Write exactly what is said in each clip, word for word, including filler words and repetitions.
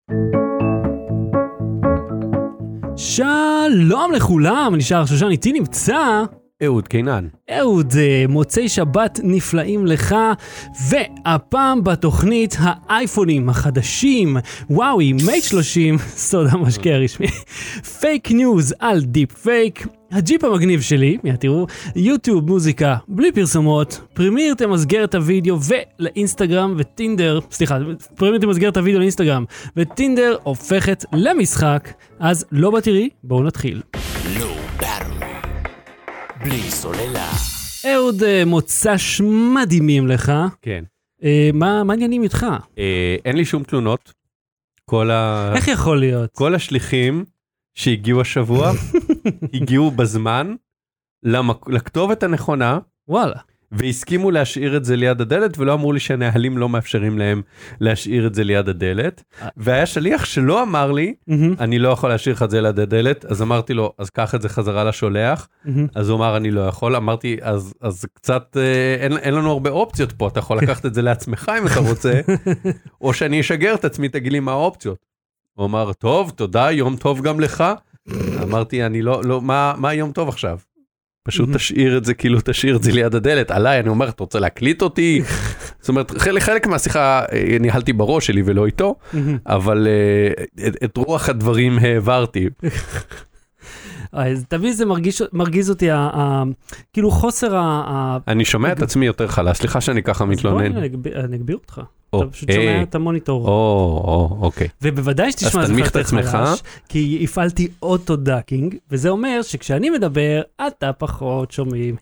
שלום לכולם, נשאר שושן, איתי נמצא אהוד קינן. אהוד, מוצאי שבת נפלאים לך, והפעם בתוכנית האייפונים החדשים, וואוי, מייט שלושים, סוד המשקה הרשמי, פייק ניוז על דיפ פייק, הג'יפ המגניב שלי, מיד תראו, יוטיוב מוזיקה בלי פרסומות, פרימיר תמסגר את הוידאו ולאינסטגרם וטינדר, סליחה, פרימיר תמסגר את הוידאו לאינסטגרם, וטינדר הופכת למשחק, אז לא בתראי, בואו נתחיל. בלי סוללה. אהוד, מוצ"ש מדהימים לך. כן. אה, מה, מה עניינים איתך? אה, אין לי שום תלונות. כל ה... איך יכול להיות? כל השליחים שהגיעו השבוע, הגיעו בזמן, למק... לכתובת הנכונה, וואלה. והסכימו להשאיר את זה ליד הדלת, ולא אמרו לי שהנהלים לא מאפשרים להם להשאיר את זה ליד הדלת. והיה שליח שלא אמר לי, אני לא יכול להשאיר לך את זה ליד הדלת, אז אמרתי לו, אז קח את זה חזרה לשולח, אז הוא אמר, אני לא יכול, אמרתי, אז, אז קצת, אין, אין לנו הרבה אופציות פה, אתה יכול לקחת את זה לעצמך אם אתה רוצה, או שאני אשגר את עצמי, תגיד לי מה האופציות. הוא אמר, טוב, תודה, יום טוב גם לך. אמרתי, אני לא, לא, מה, מה יום טוב עכשיו? פשוט תשאיר את זה, כאילו תשאיר את זה ליד הדלת, עליי, אני אומר, אתה רוצה להקליט אותי? זאת אומרת, חלק מהשיחה ניהלתי בראש שלי ולא איתו, אבל את רוח הדברים העברתי. אז תביא, זה מרגיז אותי, כאילו חוסר ה... אני שומע את עצמי יותר חלש, סליחה שאני ככה מתלונן. אני אגביר אותך. אתה פשוט שומע את המוניטור. או, אוקיי. ובוודאי שתשמע זה יותר חלש, כי הפעלתי אוטו-דאקינג, וזה אומר שכשאני מדבר, אתה פחות שומעים.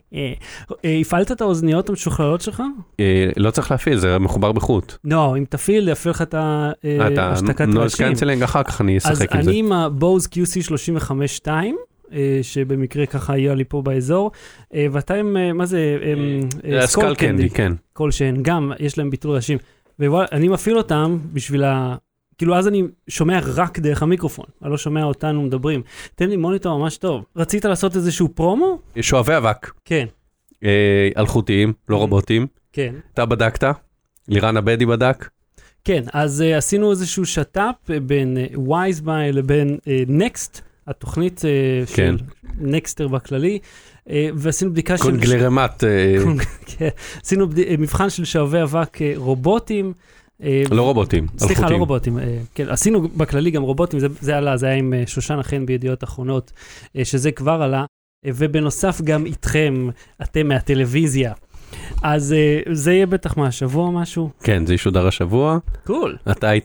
הפעלת את האוזניות המשוכללות שלך? לא צריך להפעיל, זה מחובר בחוט. לא, אם תפעיל, יפעיל לך את השתקת רעשים. נויז קאנצלינג, אחר כך אני אשחק עם אז זה. אני עם ה-בוז קיו סי שלושים וחמש שתיים, שבמקרה ככה היה לי פה באזור, ואתה עם, מה זה? סקול קנדי, כן. כלשהן, גם יש להם ביטול רעשים, ואני מפעיל אותם בשביל ה... כאילו אז אני שומע רק דרך המיקרופון, אני לא שומע אותנו מדברים. תן לי מוניטור ממש טוב. רצית לעשות איזשהו פרומו? שואבי אבק. כן. אלחוטיים, לא רובוטיים. כן. אתה בדקת? לירן הבדי בדק? כן, אז עשינו איזשהו שטאפ בין ווייזביי לבין נקסט, התוכנית של נקסטר בכללי, ועשינו בדיקה של... קונגלרמט. עשינו מבחן של שואבי אבק רובוטים. לא רובוטים, סליחה, לא רובוטים. כן, עשינו בכללי גם רובוטים, זה עלה, זה היה עם שושן אכן בידיעות אחרונות, שזה כבר עלה, ובנוסף גם איתכם, אתם מהטלוויזיה. אז זה יהיה בטח מהשבוע או משהו? כן, זה ישודר השבוע. קול. אתה היית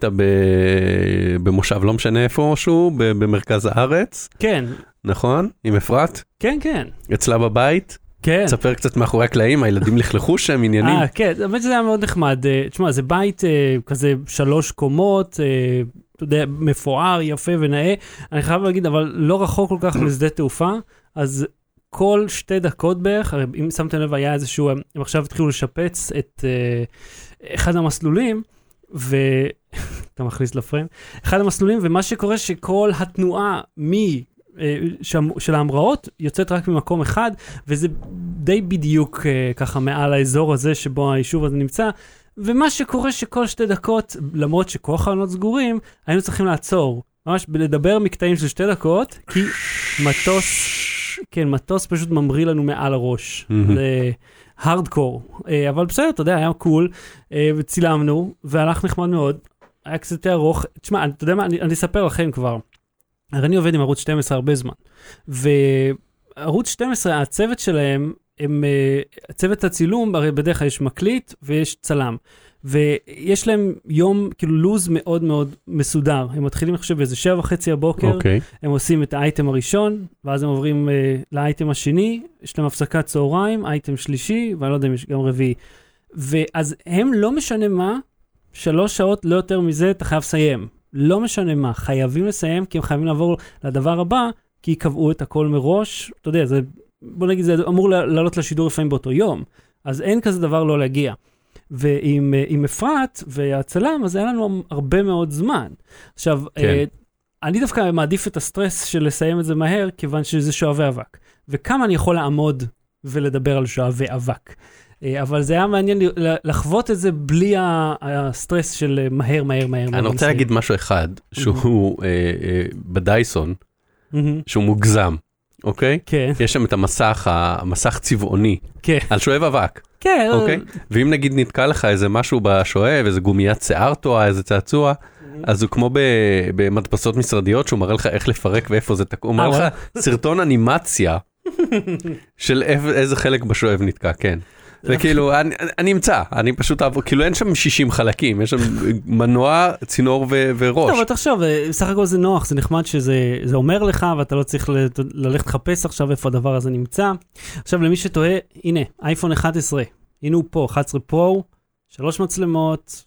במושב, לא משנה איפשהו, במרכז הארץ. כן. נכון? עם אפרת? כן, כן. אצלה בבית? כן. תספר קצת מאחורי הקלעים, הילדים לכלכו שם עניינים. אה, כן, באמת שזה היה מאוד נחמד. תשמע, זה בית כזה שלוש קומות, אתה יודע, מפואר, יפה ונאה. אני חייב להגיד, אבל לא רחוק כל כך משדה תעופה, אז... כל שתי דקות בערך, הרי אם שמתם לב היה איזשהו, הם עכשיו התחילו לשפץ את uh, אחד המסלולים, ואתה מכניס לפריים, אחד המסלולים, ומה שקורה שכל התנועה מ... של ההמראות יוצאת רק ממקום אחד, וזה די בדיוק uh, ככה מעל האזור הזה שבו היישוב הזה נמצא, ומה שקורה שכל שתי דקות, למרות שכל החלונות סגורים, היינו צריכים לעצור, ממש לדבר מקטעים של שתי דקות, כי מטוס... כן, מטוס פשוט ממריא לנו מעל הראש. זה הארדקור. אבל בסדר, אתה יודע, היה קול, וצילמנו, והלך נחמד מאוד. היה קצת ארוך. תשמע, אתה יודע מה, אני, אני אספר לכם כבר. הרי אני עובד עם ערוץ שתים עשרה הרבה זמן. וערוץ שתים עשרה, הצוות שלהם, הם, הצוות הצילום, הרי בדרך כלל יש מקליט ויש צלם. ויש להם יום, כאילו לוז מאוד מאוד מסודר. הם מתחילים, אני חושב, באיזה שבע וחצי הבוקר, okay. הם עושים את האייטם הראשון, ואז הם עוברים uh, לאייטם השני, יש להם הפסקת צהריים, אייטם שלישי, ואני לא יודע אם יש גם רביעי. ואז הם לא משנה מה, שלוש שעות לא יותר מזה, אתה חייב לסיים. לא משנה מה, חייבים לסיים, כי הם חייבים לעבור לדבר הבא, כי יקבעו את הכל מראש. אתה יודע, זה, בוא נגיד, זה אמור לעלות לשידור לפעמים באותו יום. אז אין כזה דבר לא להגיע. ועם עם אפרת והצלם, אז היה לנו הרבה מאוד זמן. עכשיו, כן. אה, אני דווקא מעדיף את הסטרס של לסיים את זה מהר, כיוון שזה שואבי אבק. וכמה אני יכול לעמוד ולדבר על שואבי אבק. אבל זה היה מעניין לחוות את זה בלי הסטרס של מהר, מהר, מהר. אני רוצה להגיד משהו אחד, שהוא בדייסון, שהוא מוגזם, אוקיי? כן. יש שם את המסך, המסך צבעוני, על שואב אבק. כן. אוקיי? ואם נגיד נתקע לך איזה משהו בשואב, איזה גומיית שיער טועה, איזה צעצוע, אז הוא כמו במדפסות משרדיות, שהוא מראה לך איך לפרק ואיפה זה תקוע, הוא מראה לך סרטון אנימציה, של איזה חלק בשואב נתקע, כן. זה כאילו, אני אמצא, אני פשוט אעבור, כאילו אין שם שישים חלקים, יש שם מנוע, צינור וראש. טוב, אבל תחשוב, בסך הכל זה נוח, זה נחמד שזה אומר לך, ואתה לא צריך ללכת לחפש עכשיו איפה הדבר הזה נמצא. עכשיו, למי שטועה, הנה, אייפון אחת עשרה, הנה הוא פה, אחת עשרה פרו, שלוש מצלמות,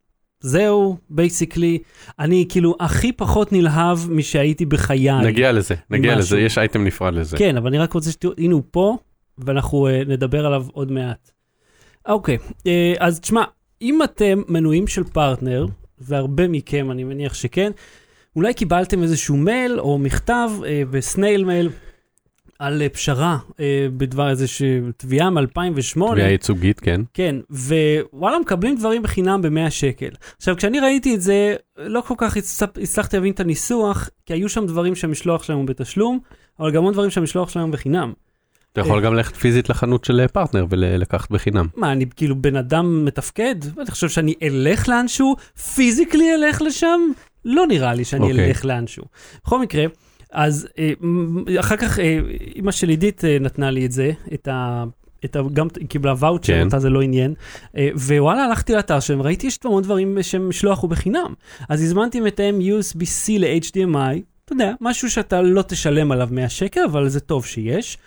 זהו, בייסיקלי, אני כאילו הכי פחות נלהב משהייתי בחיי. נגיע לזה, נגיע לזה, יש אייטם נפרד לזה. כן, אבל אני רק רוצה שתראו, הנה הוא פה, ואנחנו uh, נדבר עליו עוד מעט. אוקיי, uh, אז תשמע, אם אתם מנויים של פרטנר, והרבה מכם, אני מניח שכן, אולי קיבלתם איזשהו מייל או מכתב uh, בסנייל מייל, על uh, פשרה uh, בדבר איזושהי תביעה מ-אלפיים ושמונה. תביעה ייצוגית, כן. כן, ווואלה, מקבלים דברים בחינם ב-מאה שקל. עכשיו, כשאני ראיתי את זה, לא כל כך הצלחתי להבין את הניסוח, כי היו שם דברים שהמשלוח שלהם הוא בתשלום, אבל גם עוד דברים שהמשלוח שלהם בחינם. אתה יכול גם ללכת פיזית לחנות של פרטנר ולקחת בחינם. מה, אני כאילו בן אדם מתפקד? אני חושב שאני אלך לאנשהו, פיזיקלי אלך לשם? לא נראה לי שאני אלך לאנשהו. בכל מקרה, אז אחר כך אמא של עידית נתנה לי את זה, את ה... גם קיבלה ואוצ'ר, אותה זה לא עניין, ווואלה, הלכתי לאתר שהם, ראיתי יש המון דברים שהם משלוחו בחינם. אז הזמנתי מתאם יו אס בי סי ל-אייץ' די אם איי, אתה יודע, משהו שאתה לא תשלם עליו מאה שקל, אבל זה טוב שיש.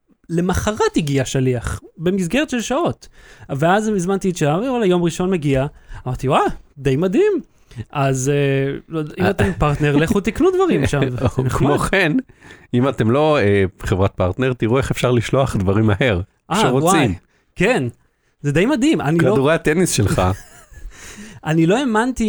למחרת הגיע שליח, במסגרת של שעות. ואז הזמנתי את שעה, ואולי יום ראשון מגיע, אמרתי, וואה, די מדהים. אז אם אתם פרטנר, לכו תקנו דברים שם. כמו כן, אם אתם לא חברת פרטנר, תראו איך אפשר לשלוח דברים מהר, שרוצים. כן, זה די מדהים. כדורי הטניס שלך. אני לא האמנתי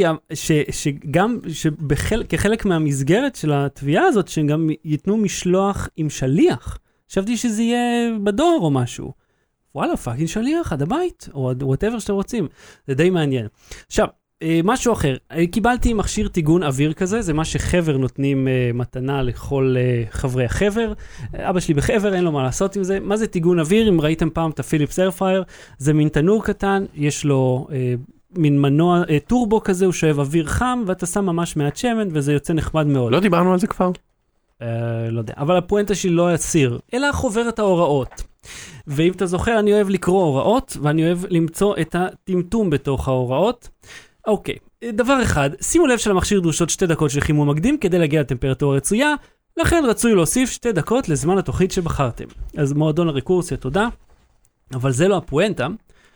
שגם, כחלק מהמסגרת של התביעה הזאת, שגם ייתנו משלוח עם שליח. חשבתי שזה יהיה בדואר או משהו. וואלה, פאקינג שליח עד הבית, או whatever שאתם רוצים. זה די מעניין. עכשיו, משהו אחר. קיבלתי מכשיר טיגון אוויר כזה, זה מה שחבר נותנים מתנה לכל חברי החבר. אבא שלי בחבר, אין לו מה לעשות עם זה. מה זה טיגון אוויר? אם ראיתם פעם את הפיליפס איירפרייר, זה מין תנור קטן, יש לו מין מנוע, טורבו כזה, הוא שואב אוויר חם, ואתה שם ממש מעט שמן, וזה יוצא נחמד מאוד. לא דיברנו על זה כבר? Uh, לא יודע, אבל הפואנטה שלי לא יסיר, אלא חוברת ההוראות. ואם אתה זוכר, אני אוהב לקרוא הוראות, ואני אוהב למצוא את הטמטום בתוך ההוראות. אוקיי, דבר אחד, שימו לב שלמכשיר דרושות שתי דקות של חימום מקדים, כדי להגיע לטמפרטורה רצויה, לכן רצוי להוסיף שתי דקות לזמן התוכנית שבחרתם. אז מועדון הרקורסיה, תודה. אבל זה לא הפואנטה.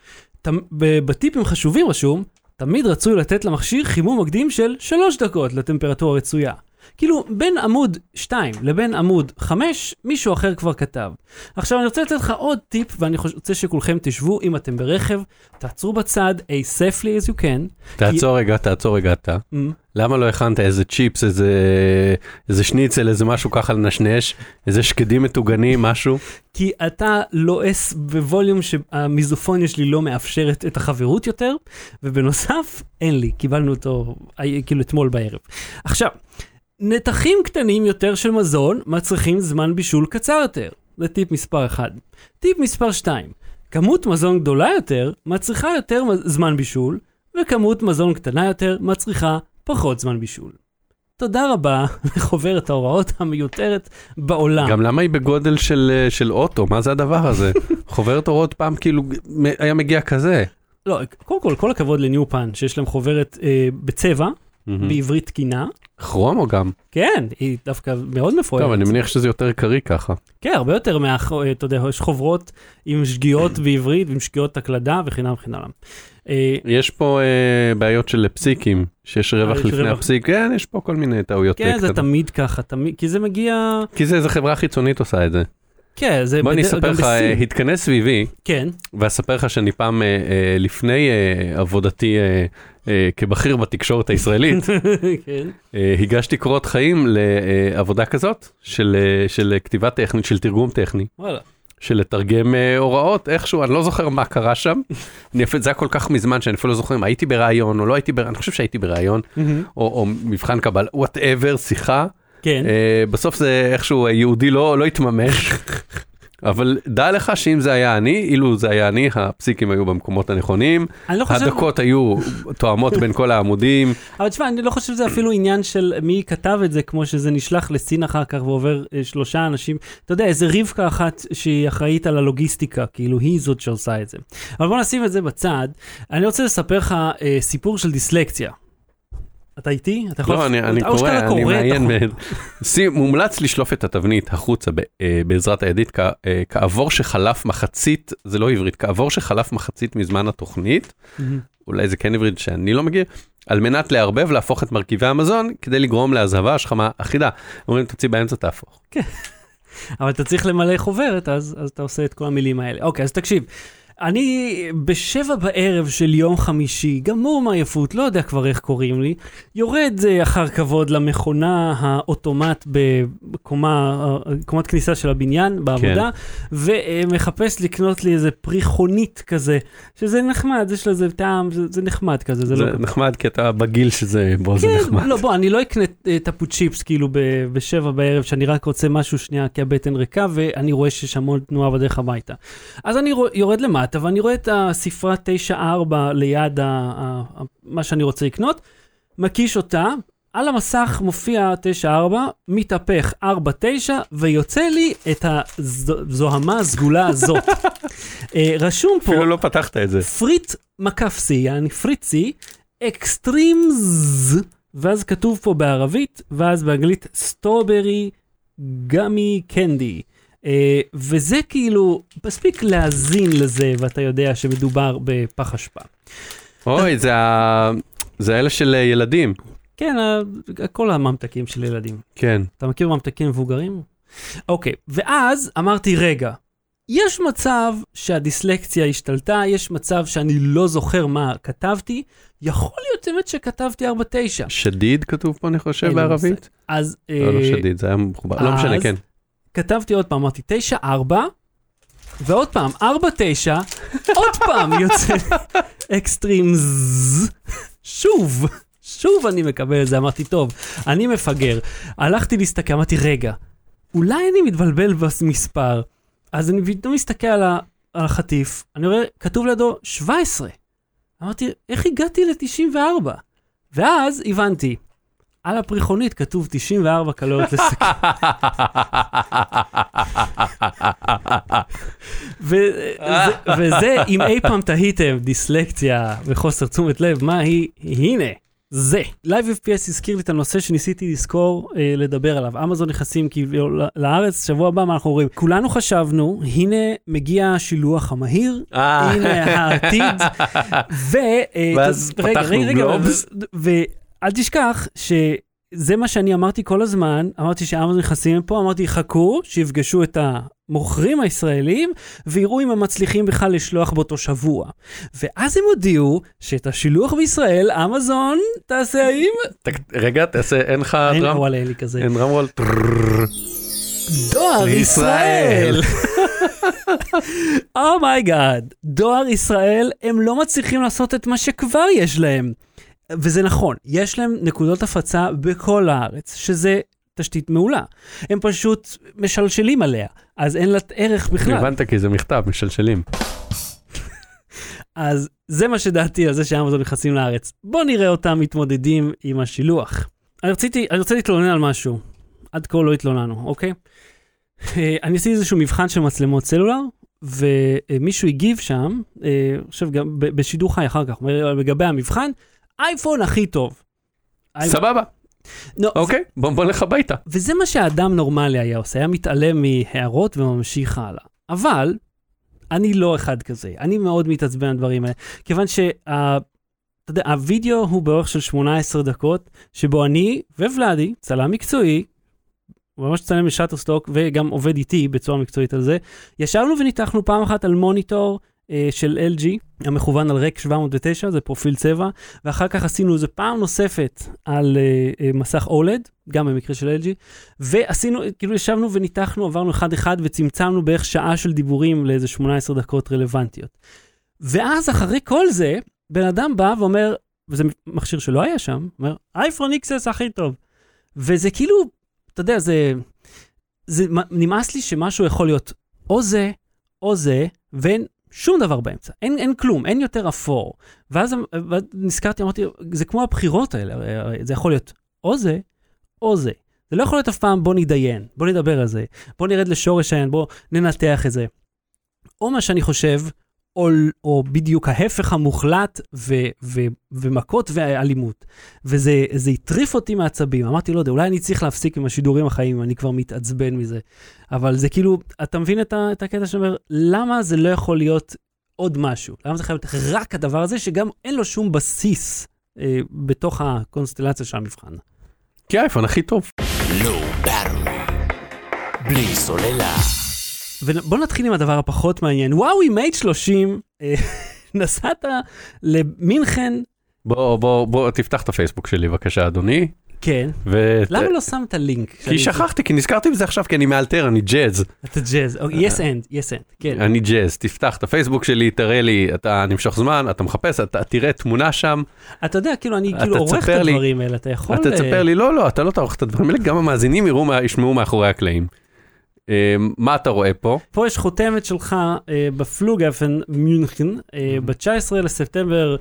בטיפים חשובים רשום, תמיד רצוי לתת למכשיר חימום מקדים של שלוש דקות לטמפרטורה רצויה. כאילו, בין עמוד שתיים לבין עמוד חמש, מישהו אחר כבר כתב. עכשיו, אני רוצה לתת לך עוד טיפ, ואני רוצה שכולכם תשבו, אם אתם ברכב, תעצרו בצד, as safely as you can. תעצור רגע, תעצור רגע אתה. למה לא הכנת איזה צ'יפס, איזה שניצל, איזה משהו ככה לנשנש, איזה שקדים מטוגנים, משהו? כי אתה לועס בווליום שהמיזופוניה שלי לא מאפשרת את החברות יותר, ובנוסף, אין לי, קיבלנו אותו כאילו אתמול בערב. עכשיו, נתחים קטנים יותר של מזון מצריכים זמן בישול קצר יותר. זה טיפ מספר אחד. טיפ מספר שתיים. כמות מזון גדולה יותר מצריכה יותר זמן בישול, וכמות מזון קטנה יותר מצריכה פחות זמן בישול. תודה רבה לחוברת ההוראות המיותרת בעולם. גם למה היא בגודל של, של אוטו? מה זה הדבר הזה? חוברת ההוראות פעם כאילו היה מגיע כזה. לא, קודם כל, כל הכבוד לניופן, שיש להם חוברת אה, בצבע, בעברית תקינה. כרום או גם? כן, היא דווקא מאוד מפוארת. טוב, אני מניח שזה יותר קרי ככה. כן, הרבה יותר מה... אתה יודע, יש חוברות עם שגיאות בעברית, ועם שגיאות הקלדה, וכן וכן הלאה. יש פה בעיות של פסיקים, שיש רווח לפני הפסיק, כן, יש פה כל מיני טעויות. כן, זה תמיד ככה, כי זה מגיע... כי זה איזה חברה חיצונית עושה את זה. כן, זה... בוא אני אספר לך, התכנס סביבי, כן. ואספר לך שאני פעם לפני עבודתי כבכיר בתקשורת הישראלית, הגשתי קורות חיים לעבודה כזאת, של כתיבה טכנית, של תרגום טכני, של לתרגם הוראות, איכשהו, אני לא זוכר מה קרה שם, זה היה כל כך מזמן שאני אפילו לא זוכר אם הייתי ברעיון או לא הייתי ברעיון, אני חושב שהייתי ברעיון, או מבחן קבל, whatever, שיחה, בסוף זה איכשהו יהודי לא התממש, אבל דע לך שאם זה היה אני, אילו זה היה אני, הפסיקים היו במקומות הנכונים, הדקות היו תואמות בין כל העמודים. אבל תשמע, אני לא חושב שזה אפילו עניין של מי כתב את זה, כמו שזה נשלח לסין אחר כך ועובר שלושה אנשים. אתה יודע, איזה רבקה אחת שהיא אחראית על הלוגיסטיקה, כאילו היא זאת שעושה את זה. אבל בוא נשים את זה בצד. אני רוצה לספר לך אה, סיפור של דיסלקציה. אתה איתי? אתה יכול... לא, אני, אני קורא, אני מעיין. מומלץ לשלוף את התבנית החוצה בעזרת הידית, כעבור שחלף מחצית, זה לא עברית, כעבור שחלף מחצית מזמן התוכנית, אולי זה כן עברית שאני לא מגיע, על מנת להרבב, להפוך את מרכיבי המזון, כדי לגרום להזהבה, השכמה אחידה. אומרים, תוציא באמצע, תהפוך. כן. אבל אתה צריך למלא חוברת, אז, אז אתה עושה את כל המילים האלה. אוקיי, אז תקשיב. אני בשבע בערב של יום חמישי, גמור מעייפות, לא יודע כבר איך קוראים לי, יורד אחר כבוד למכונה האוטומט בקומה, קומת כניסה של הבניין, בעבודה, כן. ומחפש לקנות לי איזה פריחונית כזה, שזה נחמד, יש לזה טעם, זה, זה נחמד כזה. זה, זה לא נחמד כי אתה בגיל שזה, בוא, כן, זה נחמד. לא, בוא, אני לא אקנה טפו צ'יפס כאילו ב- בשבע בערב, שאני רק רוצה משהו שנייה כי הבטן ריקה, ואני רואה שיש המון תנועה בדרך הביתה. אז אני יורד למטה, ואני רואה את הספרה תשע ארבע ליד ה- ה- ה- מה שאני רוצה לקנות, מקיש אותה, על המסך מופיע תשע ארבע, מתהפך ארבע תשע, ויוצא לי את הזוהמה הסגולה הזאת. רשום פה, אפילו לא פתחת את זה. פריט מקפסי, יעני פריצי, אקסטרימז, ואז כתוב פה בערבית, ואז באנגלית סטרוברי גמי קנדי. Uh, וזה כאילו, מספיק להזין לזה, ואתה יודע שמדובר בפח אשפה. אוי, זה, ה... זה אלה של ילדים. כן, כל הממתקים של ילדים. כן. אתה מכיר ממתקים מבוגרים? אוקיי, ואז אמרתי, רגע, יש מצב שהדיסלקציה השתלטה, יש מצב שאני לא זוכר מה כתבתי, יכול להיות באמת שכתבתי ארבע תשע. שדיד כתוב פה, אני חושב, בערבית? אז... לא, לא שדיד, זה היה מחובר. לא משנה, כן. כתבתי עוד פעם, אמרתי תשע ארבע, ועוד פעם, ארבע תשע, עוד פעם יוצא אקסטרימז, שוב, שוב אני מקבל את זה, אמרתי, טוב, אני מפגר, הלכתי להסתכל, אמרתי, רגע, אולי אני מתבלבל במספר, אז אני פתאום מסתכל על, ה, על החטיף, אני רואה, כתוב לידו שבע עשרה, אמרתי, איך הגעתי ל-תשעים וארבע? ואז הבנתי, על הפריחונית כתוב תשעים וארבע קלוריות לסכין. וזה, אם אי פעם תהיתם דיסלקציה וחוסר תשומת לב, מה היא? הנה, זה. Live אף פי אס הזכיר לי את הנושא שניסיתי לזכור אה, לדבר עליו. אמזון נכנסים כאילו לארץ, שבוע הבא מה אנחנו רואים. כולנו חשבנו, הנה מגיע השילוח המהיר, הנה העתיד, ו... ואז פתחנו גלובס. אל תשכח שזה מה שאני אמרתי כל הזמן, אמרתי שאמזון נכנסים פה, אמרתי חכו, שיפגשו את המוכרים הישראלים, ויראו אם הם מצליחים בכלל לשלוח באותו שבוע. ואז הם הודיעו שאת השילוח בישראל, אמזון תעשה עם... רגע, תעשה, אין לך דרם? אין רמוול, אין לי כזה. אין רמוול. דואר ישראל! אומייגאד, דואר ישראל, הם לא מצליחים לעשות את מה שכבר יש להם. וזה נכון, יש להם נקודות הפצה בכל הארץ, שזה תשתית מעולה. הם פשוט משלשלים עליה, אז אין לה ערך בכלל. הבנת כי זה מכתב, משלשלים. אז זה מה שדעתי על זה שאמזון נכנסים לארץ. בואו נראה אותם מתמודדים עם השילוח. אני רציתי, אני רוצה להתלונן על משהו. עד כה לא התלוננו, אוקיי? אני עשיתי איזשהו מבחן של מצלמות סלולר, ומישהו הגיב שם, עכשיו גם בשידור חי אחר כך, לגבי המבחן, אייפון הכי טוב. סבבה. אוקיי, בוא נלך הביתה. וזה מה שהאדם נורמלי היה עושה, היה מתעלם מהערות וממשיך הלאה. אבל אני לא אחד כזה, אני מאוד מתעצבן על דברים האלה, כיוון שהווידאו הוא באורך של שמונה עשרה דקות, שבו אני וולדי, צלם מקצועי, הוא ממש צלם לשאטרסטוק, וגם עובד איתי בצורה מקצועית על זה, ישבנו וניתחנו פעם אחת על מוניטור, של אל ג'י, המכוון על רק שבע מאות ותשע, זה פרופיל צבע, ואחר כך עשינו איזה פעם נוספת על uh, מסך אולד, גם במקרה של אל ג'י, ועשינו, כאילו ישבנו וניתחנו, עברנו אחד אחד, וצמצמנו בערך שעה של דיבורים לאיזה שמונה עשרה דקות רלוונטיות. ואז אחרי כל זה, בן אדם בא ואומר, וזה מכשיר שלא היה שם, אומר, אייפון אקס אס הכי טוב. וזה כאילו, אתה יודע, זה, זה נמאס לי שמשהו יכול להיות או זה, או זה, ואין שום דבר באמצע. אין, אין כלום, אין יותר אפור. ואז, ואז נזכרתי, אמרתי, זה כמו הבחירות האלה, זה יכול להיות או זה, או זה. זה לא יכול להיות אף פעם, בוא נדיין, בוא נדבר על זה, בוא נרד לשורש העין, בוא ננתח את זה. או מה שאני חושב, או, או בדיוק ההפך המוחלט ו, ו, ומכות ואלימות. וזה זה יטריף אותי מעצבים. אמרתי, לא יודע, אולי אני צריך להפסיק עם השידורים החיים, אני כבר מתעצבן מזה. אבל זה כאילו, אתה מבין את, ה, את הקטע שאומר, למה זה לא יכול להיות עוד משהו? למה זה חייב להיות רק הדבר הזה, שגם אין לו שום בסיס אה, בתוך הקונסטלציה של המבחן? כי האייפון הכי טוב. לא ברור. בלי סוללה. ובוא נתחיל עם הדבר הפחות מעניין. וואוי מייט שלושים, נסעת למינכן. בוא, בוא, בוא, תפתח את הפייסבוק שלי, בבקשה, אדוני. כן. ות... למה לא שמת לינק? כי שכחתי, כי נזכרתי בזה עכשיו, כי אני מאלתר, אני ג'אז. אתה ג'אז, yes and, yes and, כן. אני ג'אז, תפתח את הפייסבוק שלי, תראה לי, אתה נמשוך זמן, אתה מחפש, אתה תראה תמונה שם. אתה יודע, כאילו, אני כאילו עורך את הדברים האלה, אתה יכול... אתה תספר לי, לא, לא, אתה לא תערוך את הדברים האלה, גם המאזינים ישמעו מאחורי הקלעים. מה אתה רואה פה? פה יש חותמת שלך בפלוגהפן מינכן, ב-תשעה עשר לספטמבר,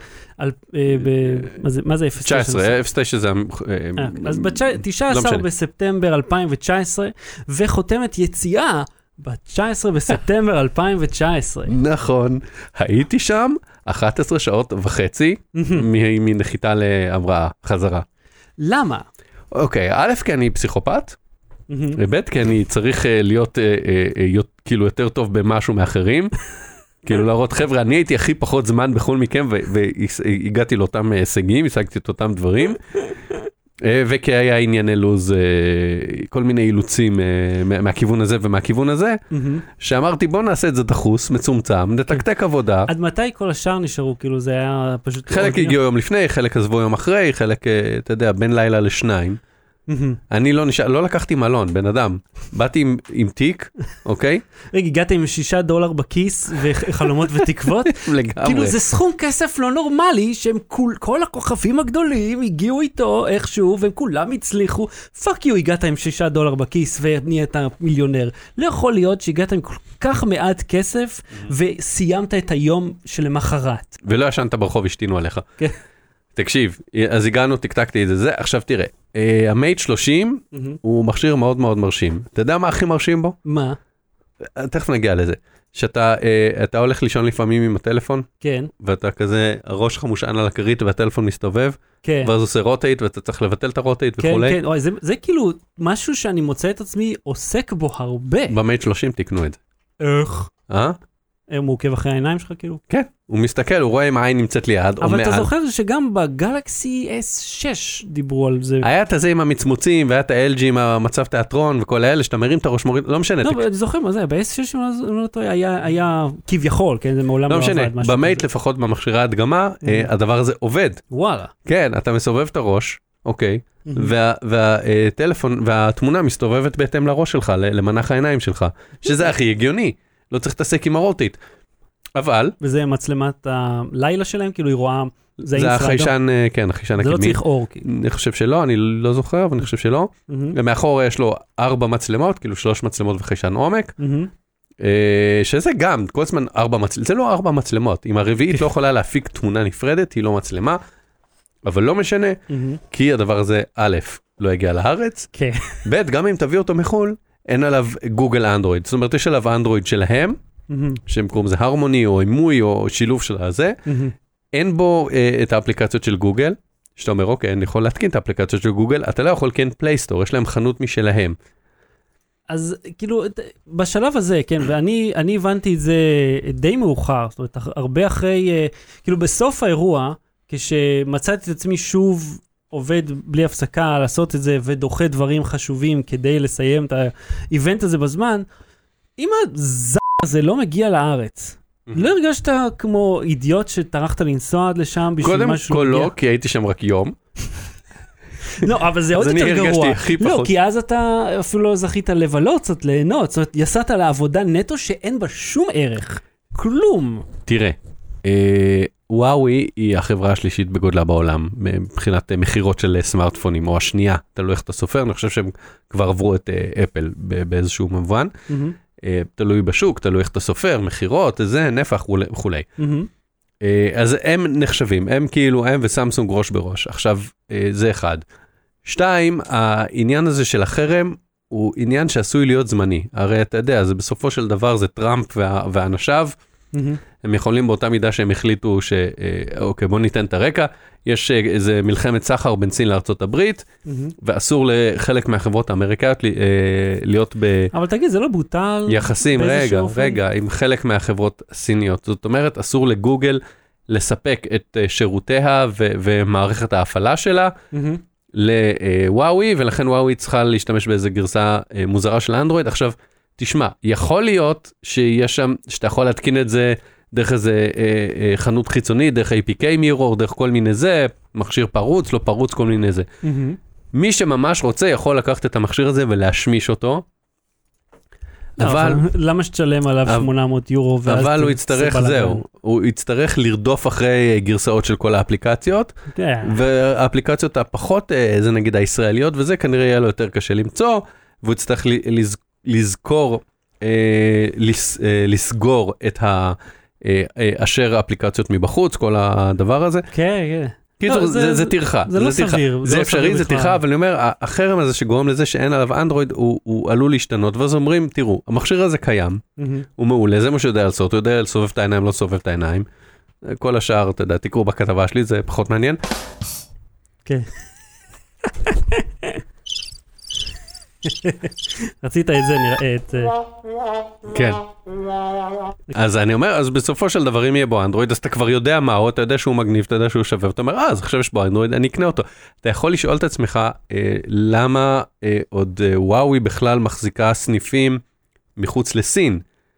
מה זה אפס תשע? תשע עשרה, אפס תשע זה... אז ב-תשעה עשר בספטמבר אלפיים תשע עשרה, וחותמת יציאה ב-תשעה עשר בספטמבר אלפיים תשע עשרה. נכון, הייתי שם אחת עשרה שעות וחצי מנחיתה להמראה, חזרה. למה? אוקיי, א', כי אני פסיכופת, ב' כי אני צריך להיות כאילו יותר טוב במשהו מאחרים, כאילו להראות, חבר'ה, אני הייתי הכי פחות זמן בכל מכם, והגעתי לאותם הישגים, השגתי את אותם דברים, וכי היה ענייני לוז, כל מיני אילוצים מהכיוון הזה ומהכיוון הזה, שאמרתי, בוא נעשה את זה דחוס, מצומצם, נתקתק עבודה. עד מתי כל השאר נשארו? כאילו זה היה פשוט... חלק הגיעו יום לפני, חלק עזבו יום אחרי, חלק, אתה יודע, בין לילה לשניים. אני לא נשאר, לא לקחתי מלון, בן אדם. באתי עם, עם תיק, אוקיי? רגע, הגעת עם שישה דולר בכיס וחלומות ותקוות? לגמרי. כאילו זה סכום כסף לא נורמלי, שהם כל, כל הכוכבים הגדולים הגיעו איתו איכשהו, והם כולם הצליחו. פאק יו, הגעת עם שישה דולר בכיס ונהיית מיליונר. לא יכול להיות שהגעת עם כל כך מעט כסף, וסיימת את היום שלמחרת. ולא ישנת ברחוב, השתינו עליך. כן. תקשיב, אז הגענו, תקתקתי את זה, זה, עכשיו תראה, המייט שלושים הוא מכשיר מאוד מאוד מרשים. אתה יודע מה הכי מרשים בו? מה? תכף נגיע לזה. שאתה אתה הולך לישון לפעמים עם הטלפון, כן. ואתה כזה, הראש שלך מושען על הכרית והטלפון מסתובב, כן. ואז עושה רוטייט ואתה צריך לבטל את הרוטייט כן, וכולי. כן, כן, זה, זה כאילו משהו שאני מוצא את עצמי עוסק בו הרבה. במייט שלושים תקנו את זה. איך? אה? הוא מעוקב אחרי העיניים שלך כאילו? כן, הוא מסתכל, הוא רואה אם העין נמצאת ליד או מעל. אבל אתה זוכר שגם בגלקסי אס שש דיברו על זה. היה את הזה עם המצמוצים, והיה את ה-אל ג'י עם המצב תיאטרון וכל האלה, שאתה מרים את הראש מוריד, לא משנה. לא, אני זוכר מה זה, ב-אס שש היה כביכול, כן, זה מעולם לא עבד. לא משנה, במייט לפחות במכשירי ההדגמה, הדבר הזה עובד. וואלה. כן, אתה מסובב את הראש, אוקיי, והטלפון והתמונה מסתובבת בהתאם לראש שלך, למנח העיניים שלך, שזה הכי הגיוני. לא צריך להתעסק עם הרוטית. אבל... וזה מצלמת הלילה שלהם, כאילו היא רואה... זה החיישן, כן, החיישן הקדמי. זה לא צריך אור. אני חושב שלא, אני לא זוכר, אבל אני חושב שלא. ומאחור יש לו ארבע מצלמות, כאילו שלוש מצלמות וחיישן עומק. שזה גם, כל הזמן ארבע מצלמות. זה לא ארבע מצלמות. אם הרביעית לא יכולה להפיק תמונה נפרדת, היא לא מצלמה. אבל לא משנה, כי הדבר הזה, א', לא יגיע לארץ. ב', גם אם תביא אותו מחול, אין עליו גוגל אנדרואיד, זאת אומרת יש עליו אנדרואיד שלהם, שהם קוראים זה הרמוני או אימוי או שילוב של הזה, אין בו את האפליקציות של גוגל, שאתה אומר אוקיי, אני יכול להתקין את האפליקציות של גוגל, אתה לא יכול כן פלייסטור, יש להם חנות משלהם. אז כאילו בשלב הזה, כן, ואני אני הבנתי את זה די מאוחר, זאת אומרת הרבה אחרי, כאילו בסוף האירוע, כשמצאתי את עצמי שוב, עובד בלי הפסקה לעשות את זה, ודוחה דברים חשובים כדי לסיים את האיבנט הזה בזמן, אם הזר הזה לא מגיע לארץ, לא הרגשת כמו אידיוט שטרחת לנסוע עד לשם בשביל משהו? קודם כל לא, כי הייתי שם רק יום. לא, אבל זה עוד יותר גרוע. לא, כי אז אתה אפילו לא זכית לבלות, קצת ליהנות, זאת אומרת, יסעת לעבודה נטו שאין בה שום ערך. כלום. תראה, וואוי היא החברה השלישית בגודלה בעולם, מבחינת מחירות של סמארטפונים, או השנייה, תלוי איך אתה סופר, אני חושב שהם כבר עברו את אפל באיזשהו מבואן. תלוי בשוק, תלוי איך אתה סופר, מחירות, זה, נפח וכולי. אז הם נחשבים, הם כאילו, הם וסמסונג ראש בראש. עכשיו, זה אחד. שתיים, העניין הזה של החרם, הוא עניין שעשוי להיות זמני. הרי אתה יודע, זה בסופו של דבר, זה טראמפ ואנשיו, הם יכולים באותה מידה שהם החליטו ש, אוקיי, בוא ניתן את הרקע, יש איזה מלחמת סחר בין סין לארצות הברית, ואסור לחלק מהחברות האמריקאיות להיות ב... אבל תגיד, זה לא בוטל? יחסים, רגע, רגע, עם חלק מהחברות הסיניות. זאת אומרת, אסור לגוגל לספק את שירותיה ומערכת ההפעלה שלה לוואוי, ולכן וואוי צריכה להשתמש באיזה גרסה מוזרה של אנדרואיד. עכשיו, תשמע, יכול להיות שיש שם, שאתה יכול להתקין את זה דרך איזה אה, אה, חנות חיצונית, דרך איי פי קיי מירור, דרך כל מיני זה, מכשיר פרוץ, לא פרוץ, כל מיני זה. Mm-hmm. מי שממש רוצה יכול לקחת את המכשיר הזה ולהשמיש אותו. לא, אבל... למה שתשלם עליו אבל, שמונה מאות יורו? אבל הוא יצטרך, זהו, הוא יצטרך לרדוף אחרי גרסאות של כל האפליקציות, yeah. והאפליקציות הפחות, זה נגיד הישראליות, וזה כנראה יהיה לו יותר קשה למצוא, והוא יצטרך לז... לזכור, אה, לס, אה, לסגור את ה... אשר האפליקציות מבחוץ, כל הדבר הזה. כן, כן. קיצור, זה תרחה. זה לא סביר. זה אפשרי, זה תרחה, אבל אני אומר, החרם הזה שגורם לזה שאין עליו אנדרואיד, הוא עלול להשתנות, ואז אומרים, תראו, המכשיר הזה קיים, הוא מעולה, זה מה שיודע לעשות, הוא יודע לסובב את העיניים, לא סובב את העיניים. כל השאר, אתה יודע, תקראו בכתבה שלי, זה פחות מעניין. כן. רצית את זה, נראה את... כן. אז אני אומר, אז בסופו של דבר אם יהיה בו אנדרואיד, אז אתה כבר יודע מה, או אתה יודע שהוא מגניב, אתה יודע שהוא שווה, ואתה אומר, אה, אז עכשיו יש בו אנדרואיד, אני אקנה אותו. אתה יכול לשאול את עצמך, למה עוד וואוי בכלל מחזיקה סניפים מחוץ לסין?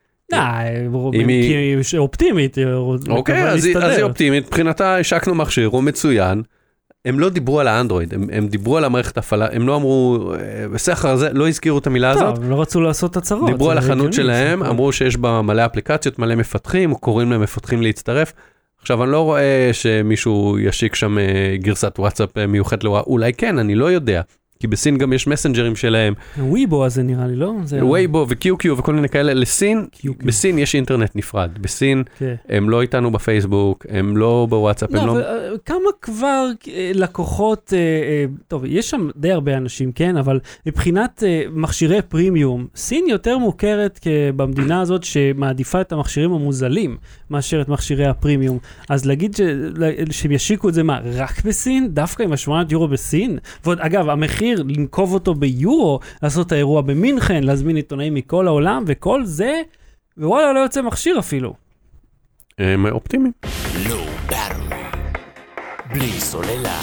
כי היא אופטימית. אוקיי, אז היא אופטימית, מבחינתה השקנו מכשיר, הוא מצוין, הם לא דיברו על האנדרואיד, הם, הם דיברו על המערכת הפעלה, הם לא אמרו, בסחר הזה, לא הזכירו את המילה הזאת. טוב, לא רצו לעשות הצהרות. דיברו על החנות שלהם, אמרו שיש בה מלא אפליקציות, מלא מפתחים, קוראים להם מפתחים להצטרף. עכשיו, אני לא רואה שמישהו ישיק שם גרסת וואטסאפ מיוחד לוואי, אולי כן, אני לא יודע. כי בסין גם יש מסנג'רים שלהם. וויבו הזה נראה לי, לא? וויבו וקיו קיו וכל מיני כאלה. לסין, בסין יש אינטרנט נפרד. בסין הם לא איתנו בפייסבוק, הם לא בוואטסאפ. כמה כבר לקוחות, טוב, יש שם די הרבה אנשים, כן? אבל מבחינת מכשירי פרימיום, סין יותר מוכרת במדינה הזאת שמעדיפה את המכשירים המוזלים, מאשר את מכשירי הפרימיום. אז להגיד שהם ישיקו את זה מה? רק בסין? דווקא עם השמונה יורו בסין? ועוד, אגב, המחיר לנקוב אותו ביורו, לעשות את האירוע במינכן, להזמין עיתונאים מכל העולם, וכל זה, ווואלה, לא יוצא מכשיר אפילו. הם אופטימיים. Low battery. בלי סוללה.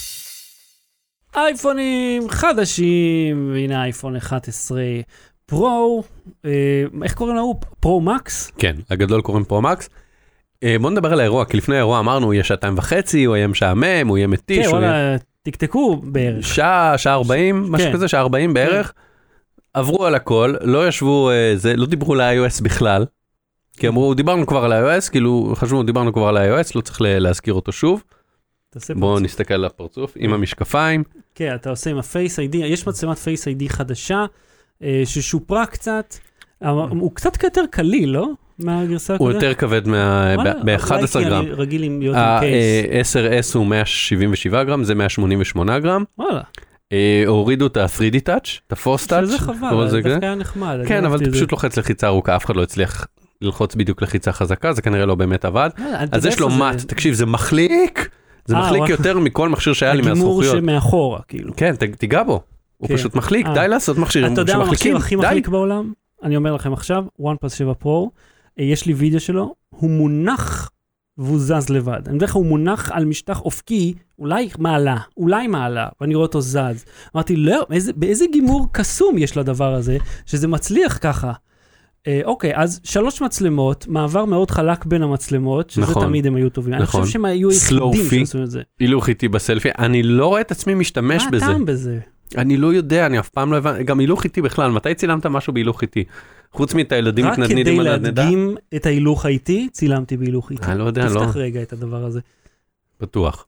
אייפונים חדשים, והנה האייפון אחת עשרה פרו, איך קוראים לו? פרו מקס? כן, הגדול קוראים פרו מקס. בוא נדבר על האירוע, כי לפני האירוע אמרנו, הוא יהיה שעתיים וחצי, הוא יהיה משעמם, הוא יהיה מתיש. כן, וואלה, תקתקו בערך. שעה, שעה ארבעים, משהו כזה, שעה ארבעים בערך. עברו על הכל, לא ישבו, לא דיברו ל-iOS בכלל, כי אמרו, דיברנו כבר על iOS, כאילו, חשבו, דיברנו כבר על iOS, לא צריך להזכיר אותו שוב. בואו נסתכל על הפרצוף, עם המשקפיים. כן, אתה עושה עם ה-Face איי די, יש מצלמת Face איי די חדשה, ששופרה קצת, הוא קצת יותר קליל, לא? מהגרסה הוא יותר כבד ב-אחד עשר גרם. רגיל עם להיות עם קייס. ה-עשר אס הוא מאה שבעים ושבעה גרם, זה מאה שמונים ושמונה גרם. וואלה. הורידו את ה-תרי די Touch, את ה-Force Touch. שזה חבל, זה דווקא היה נחמד. כן, אבל אתה פשוט לוחץ לחיצה ארוכה, אף אחד לא הצליח ללחוץ בדיוק לחיצה חזקה, זה כנראה לא באמת עבד. אז יש לו מט, תקשיב, זה מחליק, זה מחליק יותר מכל מכשיר שהיה לי מהזכוכיות. הגימור שמאחורה, כאילו. כן, תיגע בו. הוא פשוט מחליק, די לעשות מכשירים שמחליקים. אתה יודע מה המכשיר הכי מחליק בעולם? אני אומר לכם עכשיו, OnePlus שבע פרו, יש לי וידאו שלו, הוא מונח והוא זז לבד. אני יודע לך, הוא מונח על משטח אופקי, אולי מעלה, אולי מעלה, ואני רואה אותו זז. אמרתי, לא, באיזה, באיזה גימור קסום יש לדבר הזה, שזה מצליח ככה. אוקיי, אז שלוש מצלמות, מעבר מאוד חלק בין המצלמות, שזה נכון, תמיד הם היו טובים. נכון. אני חושב שהם היו יחידים שעשו את זה. הילוך איטי בסלפי, אני לא רואה את עצמי משתמש בזה. מה הטעם בזה? אני לא יודע, אני אף פעם לא הבנתי, גם הילוך איטי בכלל, מתי צילמת משהו בהילוך איטי? חוץ מאת הילדים מתנדנדים על הנדנדה? רק כדי להדגים את ההילוך האיטי, צילמתי בהילוך איטי. אני לא יודע, לא. תפתח רגע את הדבר הזה. בטוח.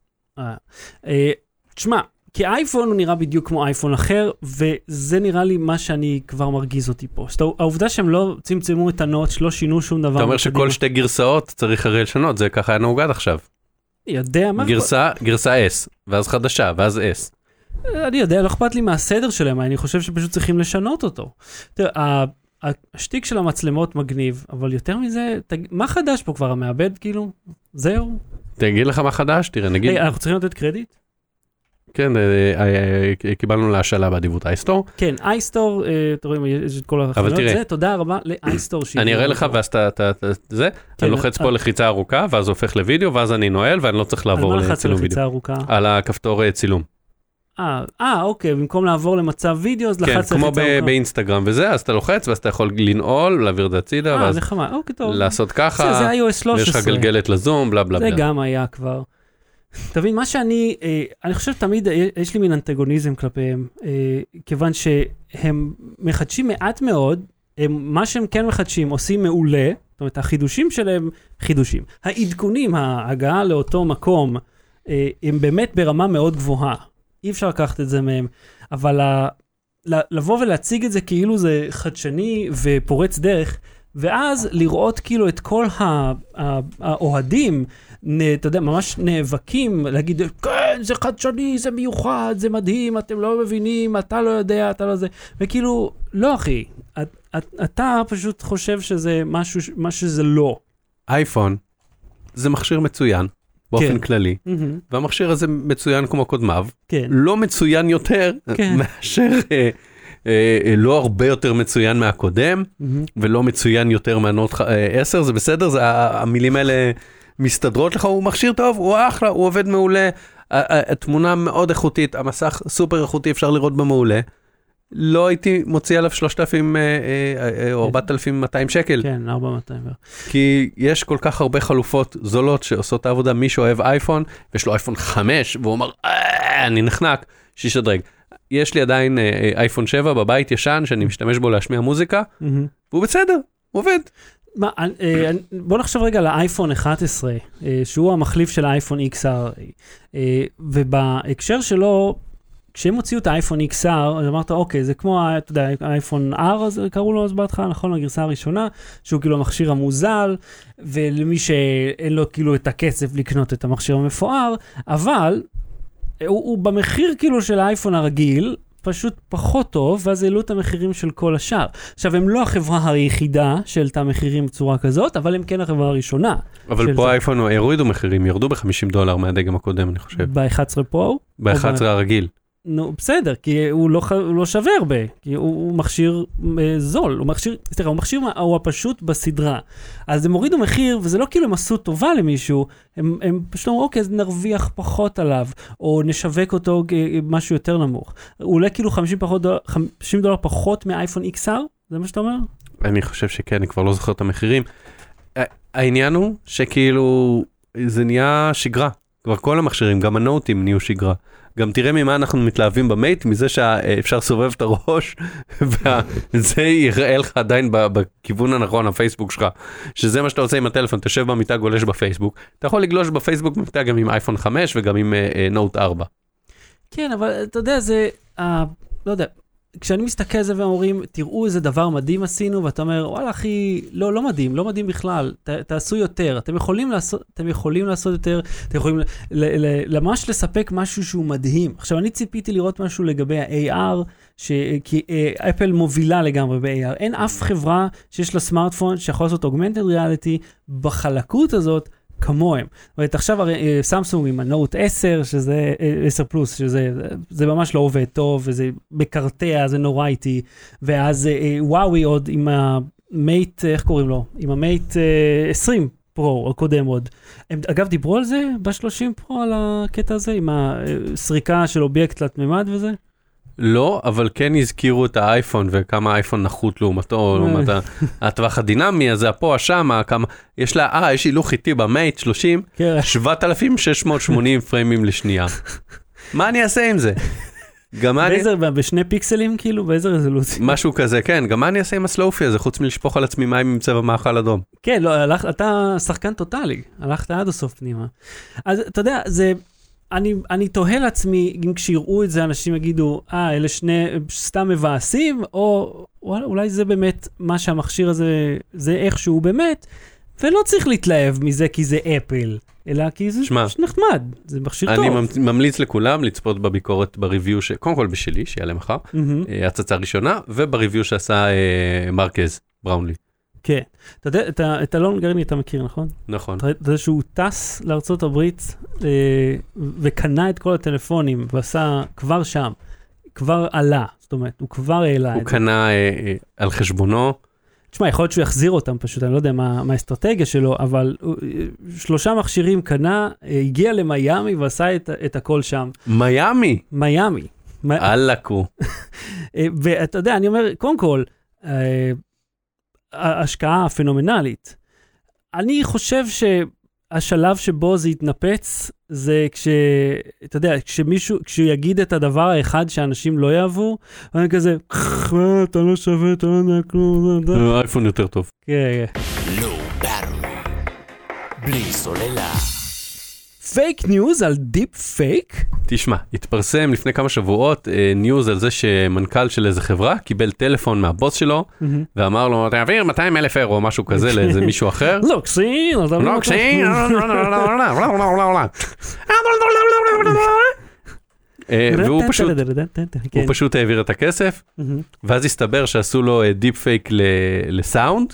תשמע, כי אייפון הוא נראה בדיוק כמו אייפון אחר, וזה נראה לי מה שאני כבר מרגיז אותי פה. העובדה שהם לא צמצמו את הנוטש, לא שינו שום דבר. אתה אומר שכל שתי גרסאות צריך הרי לשנות, זה ככה היה נהוג עד עכשיו. יודע מה... גרסה, גרסה S, ואז חדשה, ואז S. אני יודע, לא אכפת לי מהסדר שלהם, אני חושב שפשוט צריכים לשנות אותו. תראה, השטיק של המצלמות מגניב, אבל יותר מזה, מה חדש פה כבר, המעבד כאילו? זהו? תגיד לך מה חדש, תראה, נגיד... היי, אנחנו צריכים לתת קרדיט? כן, קיבלנו להשאלה באדיבות אייסטור. כן, אייסטור, אתה רואה, יש את כל החנויות, זה, תודה רבה לאייסטור. אני אראה לך, ואז אתה, זה, אני לוחץ פה לחיצה ארוכה, ואז הופך לוידאו, ואז אני נועל, ואני לא צריך לעבור לצילום וידאו. על הכפתור צילום. אה, אוקיי, במקום לעבור למצב וידאו, אז לחץ לחיצה ארוכה. כן, כמו באינסטגרם וזה, אז אתה לוחץ, ואז אתה יכול לנעול, להעביר את הצידה, ואז לעשות ככה, זה איי או אס שלוש עשרה. ויש לך גלגלת לזום, בלה בלה בלה. זה גם היה כבר. תבין, מה שאני, אני חושב תמיד, יש לי מין אנטגוניזם כלפיהם, כיוון שהם מחדשים מעט מאוד, מה שהם כן מחדשים עושים מעולה, זאת אומרת, החידושים שלהם, חידושים. העדכונים, ההגעה לאותו מקום, הם באמת ברמה מאוד גבוהה. אי אפשר לקחת את זה מהם, אבל לבוא ולהציג את זה כאילו זה חדשני ופורץ דרך, ואז לראות כאילו את כל האוהדים, אתה יודע, ממש נאבקים, להגיד, כן, זה חדשני, זה מיוחד, זה מדהים, אתם לא מבינים, אתה לא יודע, אתה לא זה, וכאילו, לא אחי, אתה פשוט חושב שזה משהו, מה שזה לא. אייפון, זה מכשיר מצוין, באופן כללי, והמכשיר הזה מצוין כמו קודמיו, לא מצוין יותר מאשר... לא הרבה יותר מצוין מהקודם, ולא מצוין יותר מהנוט עשר, זה בסדר, המילים האלה מסתדרות לך, הוא מכשיר טוב, הוא אחלה, הוא עובד מעולה, התמונה מאוד איכותית, המסך סופר איכותי, אפשר לראות במעולה, לא הייתי מוציא עליו שלושת אלפים או ארבעת אלפים ומאתיים שקל. כן, ארבע מאות מאתיים. כי יש כל כך הרבה חלופות זולות שעושות את העבודה, מי שאוהב אייפון, ויש לו אייפון חמש, והוא אומר, אני נחנק, שישדרג. יש לי עדיין אייפון שבע בבית ישן, שאני משתמש בו להשמיע מוזיקה, והוא בסדר, הוא עובד. בוא נחשוב רגע על האייפון אחת עשרה, שהוא המחליף של האייפון אקס אר, ובהקשר שלו, כשהם הוציאו את האייפון אקס אר, אז אמרת, אוקיי, זה כמו, אתה יודע, האייפון R, אז קראו לו אז בהתחלה, נכון, הגרסה הראשונה, שהוא כאילו המכשיר המוזל, ולמי שאין לו כאילו את הכסף לקנות את המכשיר המפואר, אבל הוא, הוא במחיר כאילו של האייפון הרגיל, פשוט פחות טוב, ואז העלו את המחירים של כל השאר. עכשיו, הם לא החברה היחידה שהעלתה מחירים בצורה כזאת, אבל הם כן החברה הראשונה. אבל פה האייפון הורידו מחירים, ירדו ב-חמישים דולר מהדגם הקודם, אני חושב. ב-אחת עשרה פרו? ב-אחת עשרה הרגיל. נו, בסדר, כי הוא לא, הוא לא שווה הרבה, כי הוא, הוא מכשיר אה, זול, הוא מכשיר, סליחה, הוא מכשיר, הוא הפשוט בסדרה. אז הם הורידו מחיר, וזה לא כאילו הם עשו טובה למישהו, הם, הם פשוט אמרו, אוקיי, אז נרוויח פחות עליו, או נשווק אותו משהו יותר נמוך. הוא עולה כאילו חמישים דולר, חמישים דולר פחות מאייפון אקס אר? זה מה שאתה אומר? אני חושב שכן, אני כבר לא זוכר את המחירים. העניין הוא שכאילו, זה נהיה שגרה. כבר כל המכשירים, גם הנוטים נהיו שגרה. גם תראה ממה אנחנו מתלהבים במייט, מזה שאפשר סובב את הראש, וזה יראה לך עדיין בכיוון הנכון, הפייסבוק שלך, שזה מה שאתה עושה עם הטלפון, תשב במיטה, גולש בפייסבוק, אתה יכול לגלוש בפייסבוק במיטה גם עם אייפון חמש וגם עם נוט ארבע. כן, אבל אתה יודע, זה, לא יודע, כשאני מסתכל על זה ואומרים, תראו איזה דבר מדהים עשינו, ואתה אומר, וואלה אחי, לא, לא מדהים, לא מדהים בכלל, ת, תעשו יותר, אתם יכולים לעשות, אתם יכולים לעשות יותר, אתם יכולים ממש לספק משהו שהוא מדהים. עכשיו, אני ציפיתי לראות משהו לגבי ה-איי אר, ש... כי אפל מובילה לגמרי ב-איי אר, אין אף חברה שיש לה סמארטפון שיכול לעשות augmented reality בחלקות הזאת, כמוהם. זאת עכשיו הרי סמסונג עם הנוט עשר, שזה עשר פלוס, שזה זה ממש לא עובד טוב, וזה מקרטע, זה נורא איטי, ואז וואוי עוד עם המייט, איך קוראים לו? עם המייט עשרים פרו, או קודם עוד. הם אגב דיברו על זה ב-שלושים פרו, על הקטע הזה, עם הסריקה של אובייקט תלת ממד וזה? לא, אבל כן הזכירו את האייפון וכמה האייפון נחות לעומתו, לעומת הטווח הדינמי, אז זה פה, שם, כמה, יש לה, אה, יש הילוך איטי במייט שלושים, שבעת אלפים שש מאות ושמונים פריימים לשנייה. מה אני אעשה עם זה? גם אני... באיזה, בשני פיקסלים כאילו, באיזה רזולוציה? משהו כזה, כן, גם מה אני אעשה עם הסלופי הזה, חוץ מלשפוך על עצמי מים עם צבע מאכל אדום. כן, לא, הלך, אתה שחקן טוטלי, הלכת עד הסוף פנימה. אז אתה יודע, זה... אני, אני תוהה לעצמי, אם כשיראו את זה, אנשים יגידו, אה, אלה שני סתם מבאסים, או אולי זה באמת מה שהמכשיר הזה, זה איכשהו באמת, ולא צריך להתלהב מזה כי זה אפל, אלא כי זה שמה, נחמד, זה מכשיר אני טוב. אני ממליץ לכולם לצפות בביקורת בריוויו, ש... קודם כל בשלי, שיעלה מחר, mm-hmm. הצצה ראשונה, ובריוויו שעשה אה, מרקז בראונלי. כן. אתה יודע, את, את אלון גרני אתה מכיר, נכון? נכון. אתה יודע שהוא טס לארצות הברית אה, וקנה את כל הטלפונים ועשה כבר שם, כבר עלה, זאת אומרת, הוא כבר העלה את זה. הוא קנה אה, אה, על חשבונו. תשמע, יכול להיות שהוא יחזיר אותם פשוט, אני לא יודע מה, מה האסטרטגיה שלו, אבל אה, שלושה מכשירים קנה, אה, הגיע למיימי ועשה את, את הכל שם. מיימי? מיימי. אללקו. ואתה יודע, אני אומר, קודם כל, אה, ההשקעה הפנומנלית. אני חושב שהשלב שבו זה יתנפץ, זה כש, אתה יודע, כשמישהו, כשהוא יגיד את הדבר האחד שאנשים לא יאהבו, אני כזה, אתה לא שווה, אתה לא יודע כלום. האייפון יותר טוב. כן, כן. Low battery. בלי סוללה. פייק ניוז על דיפ פייק? תשמע, התפרסם לפני כמה שבועות אה, ניוז על זה שמנכ"ל של איזה חברה קיבל טלפון מהבוס שלו, mm-hmm. ואמר לו, תעביר מאתיים אלף אירו או משהו כזה לאיזה מישהו אחר. לא, קסי, לא, קסי, והוא פשוט, הוא פשוט העביר את הכסף, ואז הסתבר שעשו לו דיפ פייק לסאונד,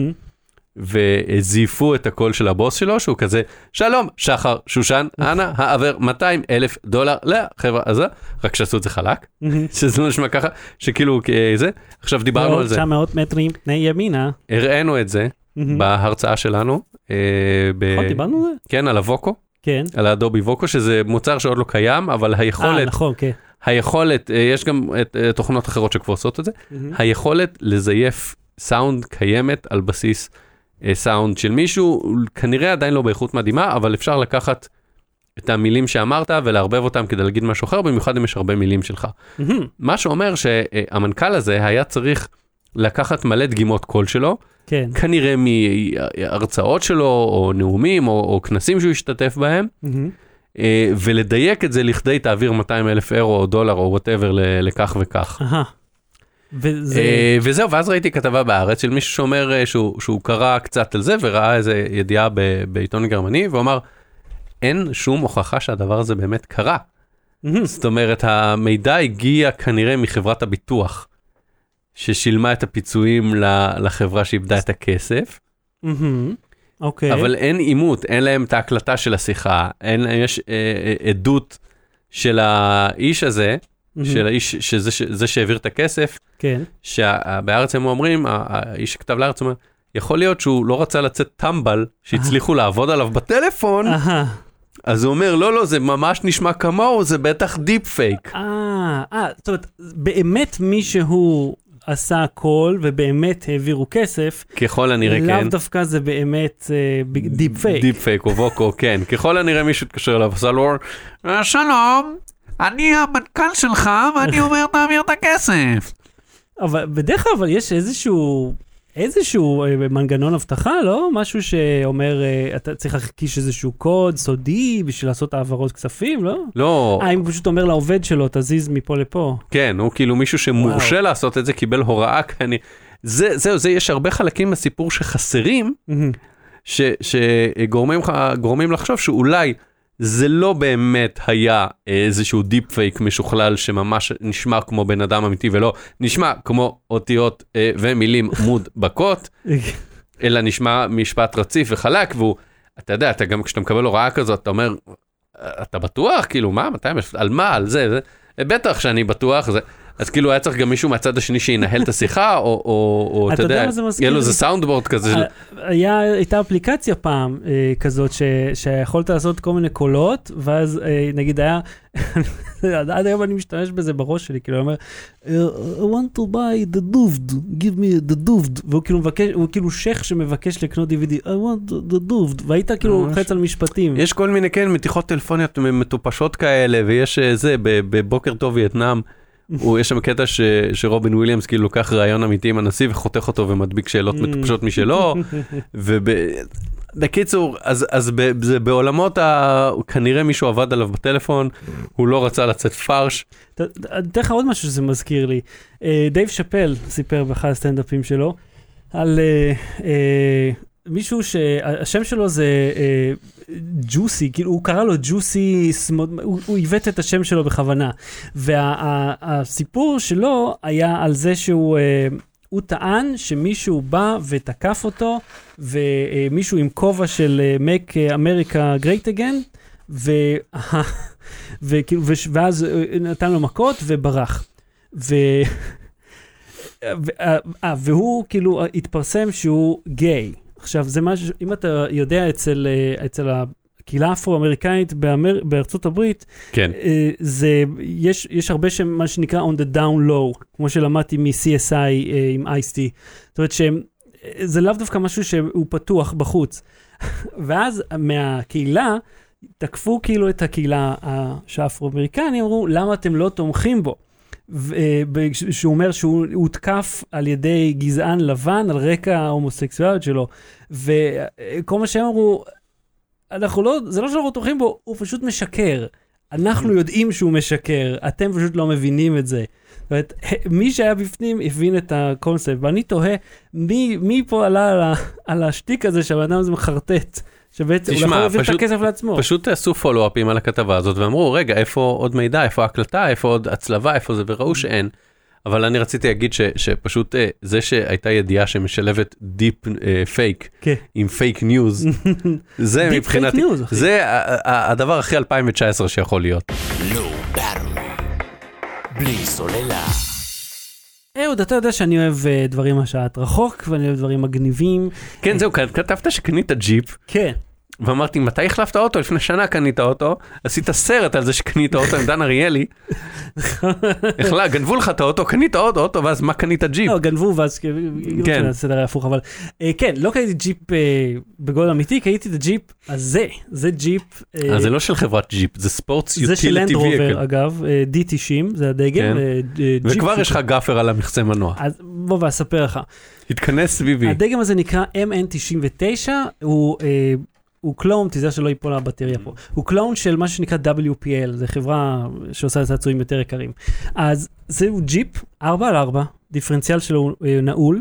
והזיפו את הקול של הבוס שלו, שהוא כזה, שלום, שחר, שושן, אנא, העבר מאתיים אלף דולר לחברה הזה, רק שעשו את זה חלק, שזה נשמע ככה, שכאילו זה, עכשיו דיברנו על זה. תשע מאות מטרים פני ימינה. הראינו את זה בהרצאה שלנו. דיברנו על זה? כן, על הווקו. כן. על האדובי ווקו, שזה מוצר שעוד לא קיים, אבל היכולת, אה, נכון, כן. היכולת, יש גם תוכנות אחרות שכבר עושות את זה, היכולת לזייף סאונד קיימת על בסיס סאונד של מישהו, כנראה עדיין לא באיכות מדהימה, אבל אפשר לקחת את המילים שאמרת ולהרבב אותם כדי להגיד משהו אחר, במיוחד אם יש הרבה מילים שלך. Mm-hmm. מה שאומר שהמנכ"ל הזה היה צריך לקחת מלא דגימות קול שלו, כן. כנראה מהרצאות שלו, או נאומים, או, או כנסים שהוא השתתף בהם, mm-hmm. ולדייק את זה לכדי תעביר מאתיים אלף אירו או דולר או whatever לכך וכך. אהה. וזה... וזהו, ואז ראיתי כתבה בארץ של מישהו שאומר שהוא, שהוא קרא קצת על זה, וראה איזה ידיעה ב, בעיתון גרמני, והוא אמר, אין שום הוכחה שהדבר הזה באמת קרה. Mm-hmm. זאת אומרת, המידע הגיע כנראה מחברת הביטוח, ששילמה את הפיצויים לחברה שאיבדה את הכסף. Mm-hmm. Okay. אבל אין אימות, אין להם את ההקלטה של השיחה, אין, יש אה, אה, עדות של האיש הזה, של האיש, שזה, שזה שהעביר את הכסף, כן. שבארץ הם אומרים, האיש שכתב לארץ אומר, יכול להיות שהוא לא רצה לצאת טמבל, שהצליחו לעבוד עליו בטלפון, אז הוא אומר, לא, לא, זה ממש נשמע כמוהו, זה בטח דיפ פייק. אה, אה, זאת אומרת, באמת מישהו עשה הכל, ובאמת העבירו כסף, ככל הנראה כן. לאו דווקא זה באמת דיפ פייק. דיפ פייק או ווקו, כן. ככל הנראה מישהו תקשר אליו, עשה לו, שלום, אני המנכ"ל שלך, ואני אומר, תעביר את הכסף. אבל בדרך כלל, אבל יש איזשהו, איזשהו מנגנון הבטחה, לא? משהו שאומר, אתה צריך להקיש איזשהו קוד סודי, בשביל לעשות העברות כספים, לא? לא. אה, אם הוא פשוט אומר לעובד שלו, תזיז מפה לפה. כן, הוא כאילו מישהו שמורשה לעשות את זה, קיבל הוראה, כני... זה, זהו, זה, יש הרבה חלקים בסיפור שחסרים, ש, שגורמים לחשוב שאולי, זה לא באמת היה איזשהו דיפ פייק משוכלל שממש נשמע כמו בן אדם אמיתי ולא נשמע כמו אותיות ומילים מודבקות, אלא נשמע משפט רציף וחלק, והוא, אתה יודע, אתה גם כשאתה מקבל הוראה כזאת, אתה אומר, אתה בטוח? כאילו, מה? מתי? על מה? על זה? זה? בטח שאני בטוח. זה... אז כאילו היה צריך גם מישהו מהצד השני שינהל את השיחה, או אתה יודע, יהיה לו איזה סאונדבורד כזה. הייתה אפליקציה פעם כזאת, שיכולת לעשות כל מיני קולות, ואז נגיד היה, עד היום אני משתמש בזה בראש שלי, כאילו, הוא אומר, I want to buy the duved, give me the duved, והוא כאילו מבקש, הוא כאילו שייך שמבקש לקנות די וי די, I want the duved, והיית כאילו חץ על משפטים. יש כל מיני, כן, מתיחות טלפוניות מטופשות כאלה, ויש זה, בבוקר טוב וייטנאם, יש שם קטע שרובין וויליאמס כאילו לוקח רעיון אמיתי עם הנשיא, וחותך אותו ומדביק שאלות מטופשות משלו, וב... בקיצור, אז, אז ב, זה בעולמות, ה, כנראה מישהו עבד עליו בטלפון, הוא לא רצה לצאת פרש. אני אתן לך עוד משהו שזה מזכיר לי. דייב שאפל סיפר באחד הסטנדאפים שלו, על uh, uh, מישהו שהשם שלו זה uh, ג'וסי, כאילו הוא קרא לו ג'וסי, הוא, הוא הבאת את השם שלו בכוונה. והסיפור וה, שלו היה על זה שהוא... Uh, הוא טען שמישהו בא ותקף אותו, ומישהו עם כובע של Make America Great Again, ו... וכאילו, ואז נתן לו מכות וברח. ו... והוא כאילו התפרסם שהוא גיי. עכשיו, זה משהו, אם אתה יודע אצל, אצל הקהילה האפרו-אמריקאית באמר... בארצות הברית, כן. זה, יש, יש הרבה שמה שנקרא on the down low, כמו שלמדתי מ-סי אס איי עם אייס-טי. זאת אומרת שזה לאו דווקא משהו שהוא פתוח בחוץ. ואז מהקהילה, תקפו כאילו את הקהילה האפרו-אמריקני, אמרו, למה אתם לא תומכים בו? שהוא אומר שהוא הותקף על ידי גזען לבן, על רקע ההומוסקסואליות שלו. וכל מה שהם אמרו, אנחנו לא, זה לא שאנחנו תומכים בו, הוא פשוט משקר. אנחנו יודעים שהוא משקר, אתם פשוט לא מבינים את זה. זאת אומרת, מי שהיה בפנים הבין את הקונספט, ואני תוהה, מי, מי פה עלה על, ה, על השטיק הזה שהאדם הזה מחרטט, שבעצם הוא יכול להביא את הכסף לעצמו. פשוט תעשו פולו-אפים על הכתבה הזאת, ואמרו, רגע, איפה עוד מידע, איפה הקלטה, איפה עוד הצלבה, איפה זה, וראו שאין. אבל אני רציתי להגיד ש, שפשוט זה שהייתה ידיעה שמשלבת דיפ פייק, עם פייק ניוז, זה מבחינתי, זה הדבר הכי אלפיים תשע עשרה שיכול להיות. Low battery, בלי סוללה. אהוד, אתה יודע שאני אוהב דברים השעת רחוק, ואני אוהב דברים מגניבים. כן, זהו, כתבת שקנית ג'יפ. כן. ואמרתי, מתי החלפת אוטו? לפני שנה קנית אוטו, עשית סרט על זה שקנית אוטו עם דן אריאלי. החלה, גנבו לך את האוטו, קנית עוד אוטו, ואז מה קנית ג'יפ? לא, גנבו, ואז כן. סדר היה הפוך, אבל כן, לא קניתי ג'יפ בגודל אמיתי, קניתי את הג'יפ הזה, זה ג'יפ... זה לא של חברת ג'יפ, זה ספורטס יוטיליטי. זה של לנד רובר, אגב, די תשעים, זה הדגם. וכבר יש לך גאפר על המחצה מנוע. אז בוא ואספר לך. התכנס סביבי. הדגם הזה נקרא אם אן תשעים ותשע, הוא... הוא קלון, תיזהר שלא ייפול הבטריה פה, הוא קלון של מה שנקרא דאבליו פי אל, זה חברה שעושה צעצועים יותר יקרים. אז זהו ג'יפ, ארבע על ארבע, דיפרנציאל שלו נעול,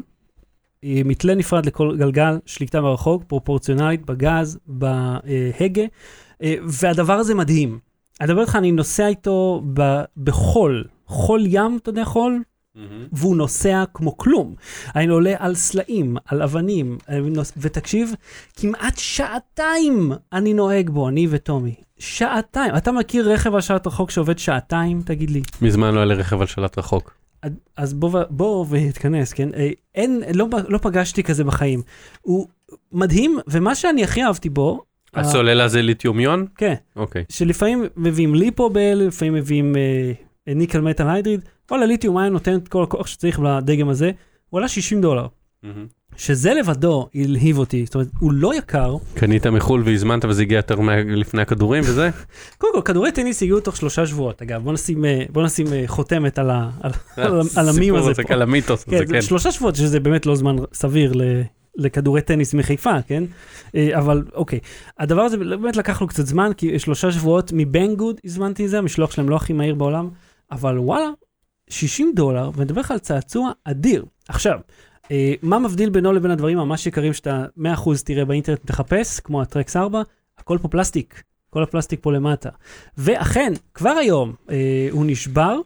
מתלה נפרד לכל גלגל, שליטה מרחוק, פרופורציונלית בגז, בהגה, והדבר הזה מדהים. אני מדבר איתך, אני נוסע איתו בחול, חול ים, אתה יודע חול? והוא נוסע כמו כלום. אני עולה על סלעים, על אבנים, ותקשיב, כמעט שעתיים אני נוהג בו, אני וטומי. שעתיים. אתה מכיר רכב על שלט רחוק שעובד שעתיים, תגיד לי? מזמן לא היה לרכב על שלט רחוק. אז בוא, בוא והתכנס, כן? אין, לא, לא פגשתי כזה בחיים. הוא מדהים, ומה שאני הכי אהבתי בו... הסוללה זה ליתיומיון? כן. אוקיי. שלפעמים מביאים ליפובל, לפעמים מביאים... ניקל מטל היידריד, וואלה ליתיום היה נותן את כל הכוח שצריך לדגם הזה, הוא עלה שישים דולר. שזה לבדו הלהיב אותי, זאת אומרת, הוא לא יקר. קנית מחול והזמנת וזה הגיע יותר לפני הכדורים וזה? קודם כל, כדורי טניס הגיעו תוך שלושה שבועות, אגב, בוא נשים, בוא נשים חותמת על, ה, על, על המים הזה פה. על המיתוס הזה, כן. שלושה שבועות, שזה באמת לא זמן סביר לכדורי טניס מחיפה, כן? אבל אוקיי, הדבר הזה באמת לקח לו קצת זמן, כי שלושה שבועות מבנגוד הזמנתי את זה, המשלוח שלהם לא הכי מהיר בעולם, אבל וואלה, שישים דולר, ונדבר לך על צעצוע אדיר. עכשיו, אה, מה מבדיל בינו לבין הדברים ממש יקרים שאתה מאה אחוז תראה באינטרנט תחפש, כמו הטרקס ארבע, הכל פה פלסטיק, כל הפלסטיק פה למטה. ואכן, כבר היום אה, הוא נשבר,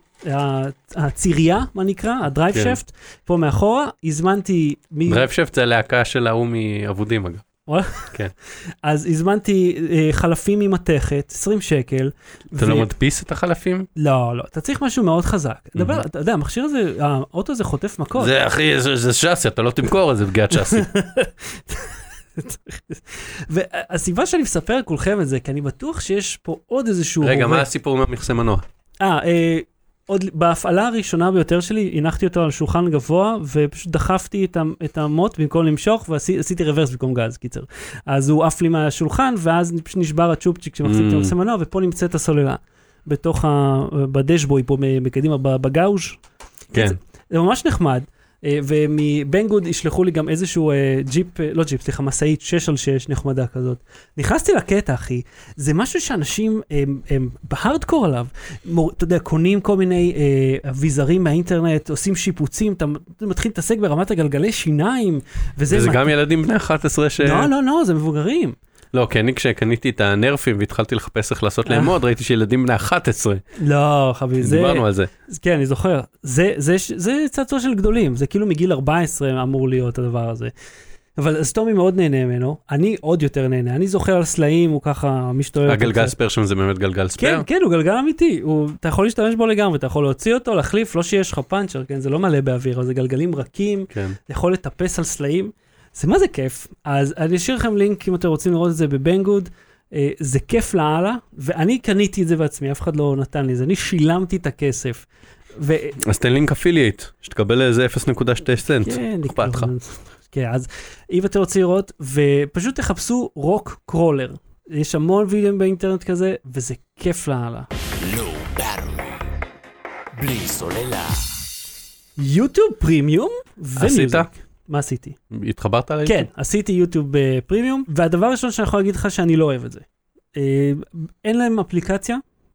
הצירייה, מה נקרא, הדרייב שפט, פה מאחורה, הזמנתי... דרייב שפט זה הלהקה של ההוא מעבודים, אגב. כן. אז הזמנתי אה, חלפים ממתכת, עשרים שקל. אתה ו... לא מדפיס את החלפים? לא, לא, אתה צריך משהו מאוד חזק. דבר, אתה יודע, המכשיר הזה, האוטו הזה חוטף מכות. זה, אחי, זה, זה שסי, אתה לא תמכור את זה פגיעת שסי. והסיבה שאני מספר לכולכם את זה, כי אני בטוח שיש פה עוד איזשהו... רגע, מה הסיפור מהמכסה מנוע? אה, אה, עוד בהפעלה הראשונה ביותר שלי, הנחתי אותו על שולחן גבוה, ופשוט דחפתי את, את המוט במקום למשוך, ועשיתי רוורס במקום גז, קיצר. אז הוא עף לי מהשולחן, ואז פשוט נשבר הצ'ופצ'יק שמחזיק את המכסה מנוע, ופה נמצאת הסוללה, בתוך ה... בדשבוי פה, בקדימה, בגאוז'. כן. זה ממש נחמד. ומבנגוד ישלחו לי גם איזשהו ג'יפ, לא ג'יפ, סליחה, מסעית שש על שש נחמדה כזאת. נכנסתי לקטע, אחי, זה משהו שאנשים הם, הם בהארדקור עליו. אתה יודע, קונים כל מיני אביזרים מהאינטרנט, עושים שיפוצים, אתה מתחיל להתעסק ברמת הגלגלי שיניים. וזה, וזה גם ילדים בני אחת עשרה ש... לא, לא, לא, זה מבוגרים. לא, כי אני כשקניתי את הנרפים והתחלתי לחפש איך לעשות להם מוד, ראיתי שילדים בני אחת עשרה. לא, חביב, זה... דיברנו על זה. כן, אני זוכר. זה, זה, זה צעצוע של גדולים, זה כאילו מגיל ארבע עשרה אמור להיות הדבר הזה. אבל סטומי מאוד נהנה ממנו, אני עוד יותר נהנה, אני זוכר על סלעים, הוא ככה משתולל. הגלגל ספר שם זה באמת גלגל ספר? כן, כן, הוא גלגל אמיתי, הוא, אתה יכול להשתמש בו לגמרי, אתה יכול להוציא אותו, להחליף, לא שיש לך פאנצ'ר, כן, זה לא מלא באוויר, אבל זה גלגלים רכים, כן. יכול לטפס על סלעים. זה מה זה כיף, אז אני אשאיר לכם לינק אם אתם רוצים לראות את זה בבנגוד, אה, זה כיף לעלה, ואני קניתי את זה בעצמי, אף אחד לא נתן לי זה, אני שילמתי את הכסף. ו... אז תן לינק אפילייט, שתקבל איזה אפס נקודה שתיים סנט, כן, אכפת לך. כן, אז אם אתם רוצים לראות, ופשוט תחפשו רוק קרולר, יש המון וידאוים באינטרנט כזה, וזה כיף לעלה. Low battery, בלי סוללה. יוטיוב פרימיום ומיוזיק. עשית? מה עשיתי? התחברת על היוטיוב? כן, עשיתי יוטיוב בפרימיום, והדבר הראשון שאני יכול להגיד לך שאני לא אוהב את זה. אין להם אפליקציה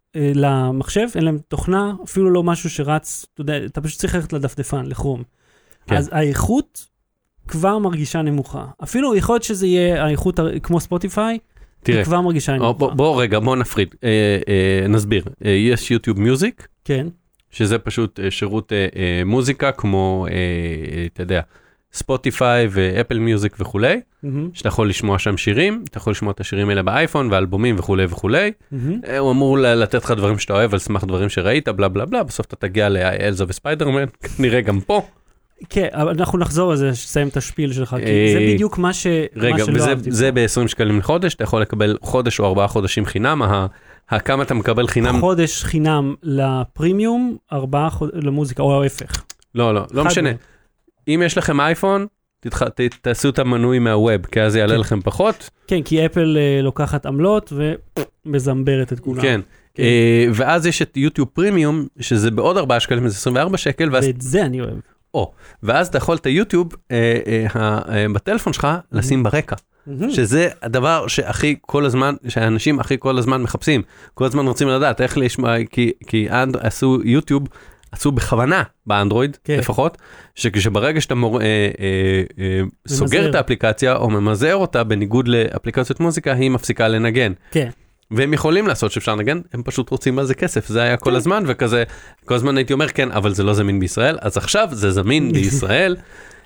למחשב, אין להם תוכנה, אפילו לא משהו שרץ, אתה יודע, אתה פשוט צריך ללכת לדפדפן, לכרום. כן. אז האיכות כבר מרגישה נמוכה. אפילו יכול להיות שזה יהיה האיכות כמו ספוטיפיי, היא כבר מרגישה נמוכה. בוא, בוא רגע, בוא נפריד, אה, אה, נסביר. אה, יש יוטיוב מיוזיק, כן. שזה פשוט אה, שירות אה, אה, מוזיקה, כמו, אה, אתה יודע, ספוטיפיי ואפל מיוזיק וכולי, mm-hmm. שאתה יכול לשמוע שם שירים, אתה יכול לשמוע את השירים האלה באייפון ואלבומים וכולי וכולי, mm-hmm. הוא אמור לתת לך דברים שאתה אוהב על סמך דברים שראית, בלה בלה בלה, בסוף אתה תגיע לאלזה וספיידרמן, נראה גם פה. כן, אבל אנחנו נחזור לזה, שסיים את השפיל שלך, כי זה בדיוק מה ש... רגע, וזה ב-עשרים שקלים לחודש, אתה יכול לקבל חודש או ארבעה חודשים חינם, כמה אתה מקבל חינם? חודש חינם לפרימיום, ארבעה למוזיקה, או ההפך. לא, לא, לא משנה. אם יש לכם אייפון, תעשו את המנוי מהווב, כי אז זה יעלה לכם פחות. כן, כי אפל לוקחת עמלות ומזמברת את כולם. כן, ואז יש את יוטיוב פרימיום, שזה בעוד ארבעה שקלים, זה עשרים וארבעה שקל. ואת זה אני אוהב. או, ואז אתה יכול את היוטיוב בטלפון שלך לשים ברקע. שזה הדבר שהכי כל הזמן, שהאנשים הכי כל הזמן מחפשים. כל הזמן רוצים לדעת איך לשמוע, כי עשו יוטיוב, עשו בכוונה באנדרואיד לפחות, שכשברגע שאתה סוגר את האפליקציה או ממזער אותה בניגוד לאפליקציות מוזיקה, היא מפסיקה לנגן. כן. והם יכולים לעשות שאפשר לנגן, הם פשוט רוצים על זה כסף, זה היה כל הזמן, וכזה, כל הזמן הייתי אומר, כן, אבל זה לא זמין בישראל, אז עכשיו זה זמין בישראל,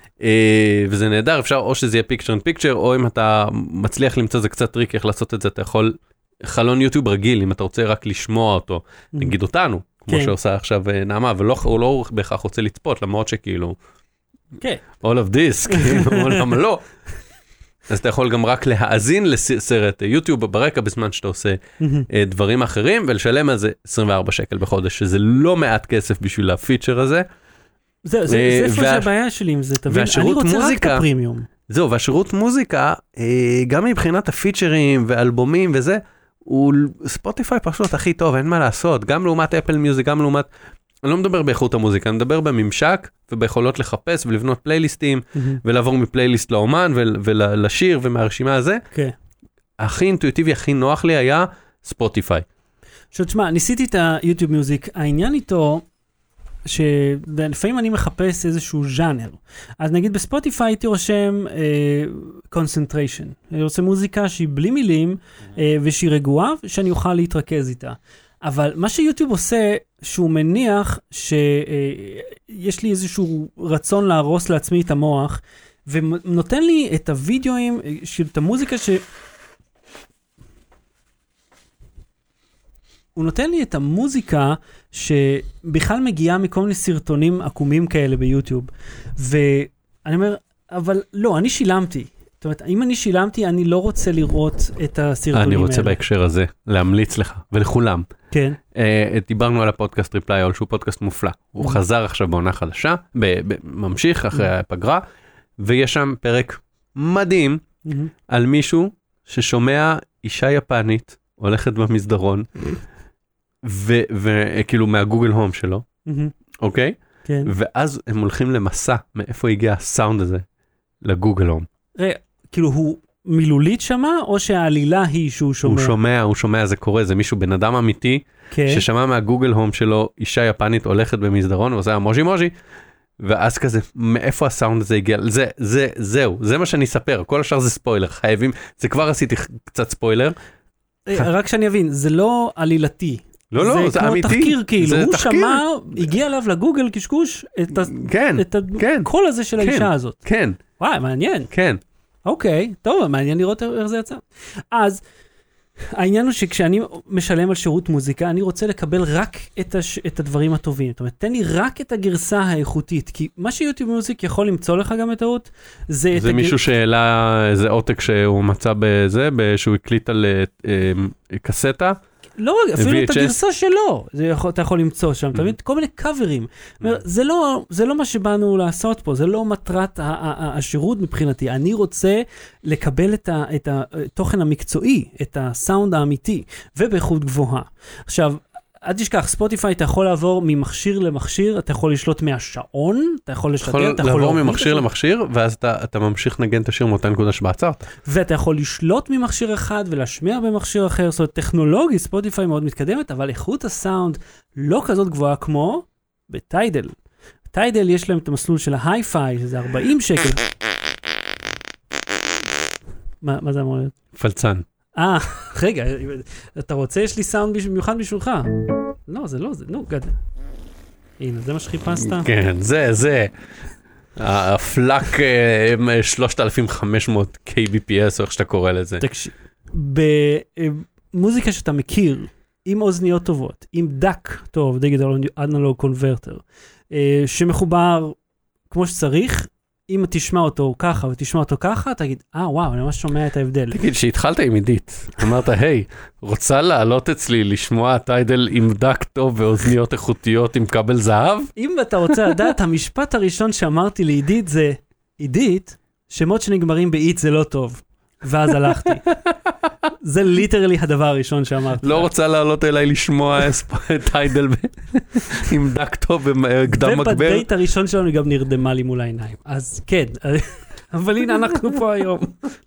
וזה נהדר, אפשר או שזה יהיה פיקצ'ר אין פיקצ'ר, או אם אתה מצליח למצוא זה קצת טריק איך לעשות את זה, אתה יכול, חלון יוטיוב רגיל, אם אתה רוצה רק לשמוע אותו, נגיד אותנו, כמו שעושה עכשיו נעמה, והוא לא בהכרח רוצה לצפות, למרות שכאילו, all of this, כאילו, למה לא? אז אתה יכול גם רק להאזין לסרט יוטיוב ברקע בזמן שאתה עושה דברים אחרים, ולשלם על זה עשרים וארבעה שקל בחודש, שזה לא מעט כסף בשביל הפיצ'ר הזה. זה איפה שהבעיה שלי עם זה, תבין, אני רוצה רק את הפרימיום. זהו, והשירות מוזיקה, גם מבחינת הפיצ'רים ואלבומים וזה, הוא ספוטיפיי פשוט הכי טוב, אין מה לעשות, גם לעומת אפל מיוזיק, גם לעומת... אני לא מדבר באיכות המוזיקה, אני מדבר בממשק וביכולות לחפש ולבנות פלייליסטים, mm-hmm. ולעבור מפלייליסט לאומן ולשיר ומהרשימה הזה. כן. הכי אינטואיטיבי, הכי נוח לי היה ספוטיפיי. עכשיו, תשמע, ניסיתי את היוטיוב מיוזיק, העניין איתו, שלפעמים אני מחפש איזשהו ז'אנר. אז נגיד בספוטיפיי הייתי רושם קונסנטריישן. Uh, אני רוצה מוזיקה שהיא בלי מילים, uh, ושהיא רגועה, שאני אוכל להתרכז איתה. אבל מה שיוטיוב עושה, שהוא מניח שיש לי איזשהו רצון להרוס לעצמי את המוח, ונותן לי את הוידאוים של את המוזיקה ש... הוא נותן לי את המוזיקה שבכלל מגיעה מכל מיני סרטונים עקומים כאלה ביוטיוב. ואני אומר, אבל לא, אני שילמתי. זאת אומרת, אם אני שילמתי, אני לא רוצה לראות את הסרטונים האלה. אני רוצה בהקשר הזה להמליץ לך ולכולם. כן. דיברנו על הפודקאסט ריפליי אול, שהוא פודקאסט מופלא. הוא חזר עכשיו בעונה חדשה, ממשיך אחרי הפגרה, ויש שם פרק מדהים על מישהו ששומע אישה יפנית, הולכת במסדרון, וכאילו מהגוגל הום שלו, אוקיי? כן. ואז הם הולכים למסע, מאיפה הגיע הסאונד הזה לגוגל הום. רגע, כאילו הוא מילולית שמה, או שהעלילה היא שהוא שומע? הוא שומע, הוא שומע, זה קורה, זה מישהו, בן אדם אמיתי, כן. ששמע מהגוגל הום שלו, אישה יפנית הולכת במסדרון, ועושה מוז'י מוז'י, ואז כזה, מאיפה הסאונד הזה הגיע? זה, זה, זהו, זה מה שאני אספר, כל השאר זה ספוילר, חייבים, זה כבר עשיתי קצת ספוילר. רק שאני אבין, זה לא עלילתי. לא, לא, זה, זה כמו אמיתי. תחקיר, כאילו, זה הוא תחקיר. שמע, הגיע אליו לגוגל קשקוש, את, ה, כן, את כן, הקול הזה של כן, האישה הזאת. כן, וואי, מעניין. כן. אוקיי, טוב, מעניין לראות איך זה יצא. אז, העניין הוא שכשאני משלם על שירות מוזיקה, אני רוצה לקבל רק את, הש... את הדברים הטובים. זאת אומרת, תן לי רק את הגרסה האיכותית, כי מה שיוטיוב מיוזיק יכול למצוא לך גם את האות, זה את זה מישהו הגר... שאלה איזה עותק שהוא מצא בזה, שהוא הקליט על אה, אה, קסטה. לא, אפילו את הגרסה שלו, זה יכול, אתה יכול למצוא שם, אתה מבין? כל מיני קאברים. זה לא, זה לא מה שבאנו לעשות פה, זה לא מטרת השירות מבחינתי. אני רוצה לקבל את, ה, את התוכן המקצועי, את הסאונד האמיתי, ובאיכות גבוהה. עכשיו, אל תשכח, ספוטיפיי אתה יכול לעבור ממכשיר למכשיר, אתה יכול לשלוט מהשעון, אתה יכול לשדר, יכול אתה יכול לעבור ממכשיר למכשיר, ואז אתה, אתה ממשיך נגן את השיר מאותה נקודה שבעצרת. ואתה יכול לשלוט ממכשיר אחד ולהשמיע במכשיר אחר, זאת אומרת, טכנולוגי, ספוטיפיי מאוד מתקדמת, אבל איכות הסאונד לא כזאת גבוהה כמו בטיידל. טיידל יש להם את המסלול של ההיי-פיי, שזה ארבעים שקל. מה, מה זה אמור להיות? פלצן. אה, רגע, אתה רוצה, יש לי סאונד במיוחד בשבילך. לא, זה לא, זה, נו, גד. הנה, זה מה שחיפשת? כן, זה, זה. הפלאק שלושת אלפים וחמש מאות קיי בי פי אס, או איך שאתה קורא לזה. תקשיב, במוזיקה שאתה מכיר, עם אוזניות טובות, עם דק טוב, דיגיטל אנלוג קונברטר, שמחובר כמו שצריך, אם תשמע אותו ככה ותשמע אותו ככה, תגיד, אה, וואו, אני ממש שומע את ההבדל. תגיד, שהתחלת עם עידית, אמרת, היי, רוצה לעלות אצלי לשמוע טיידל עם דק טוב ואוזניות איכותיות עם כבל זהב? אם אתה רוצה לדעת, המשפט הראשון שאמרתי לעידית זה, עידית, שמות שנגמרים באית זה לא טוב. ואז הלכתי. זה ליטרלי הדבר הראשון שאמרתי. לא רוצה לעלות אליי לשמוע טיידל עם דק טוב וקדם מגבר. ובדייט הראשון שלנו היא גם נרדמה לי מול העיניים. אז כן, אבל הנה אנחנו פה היום.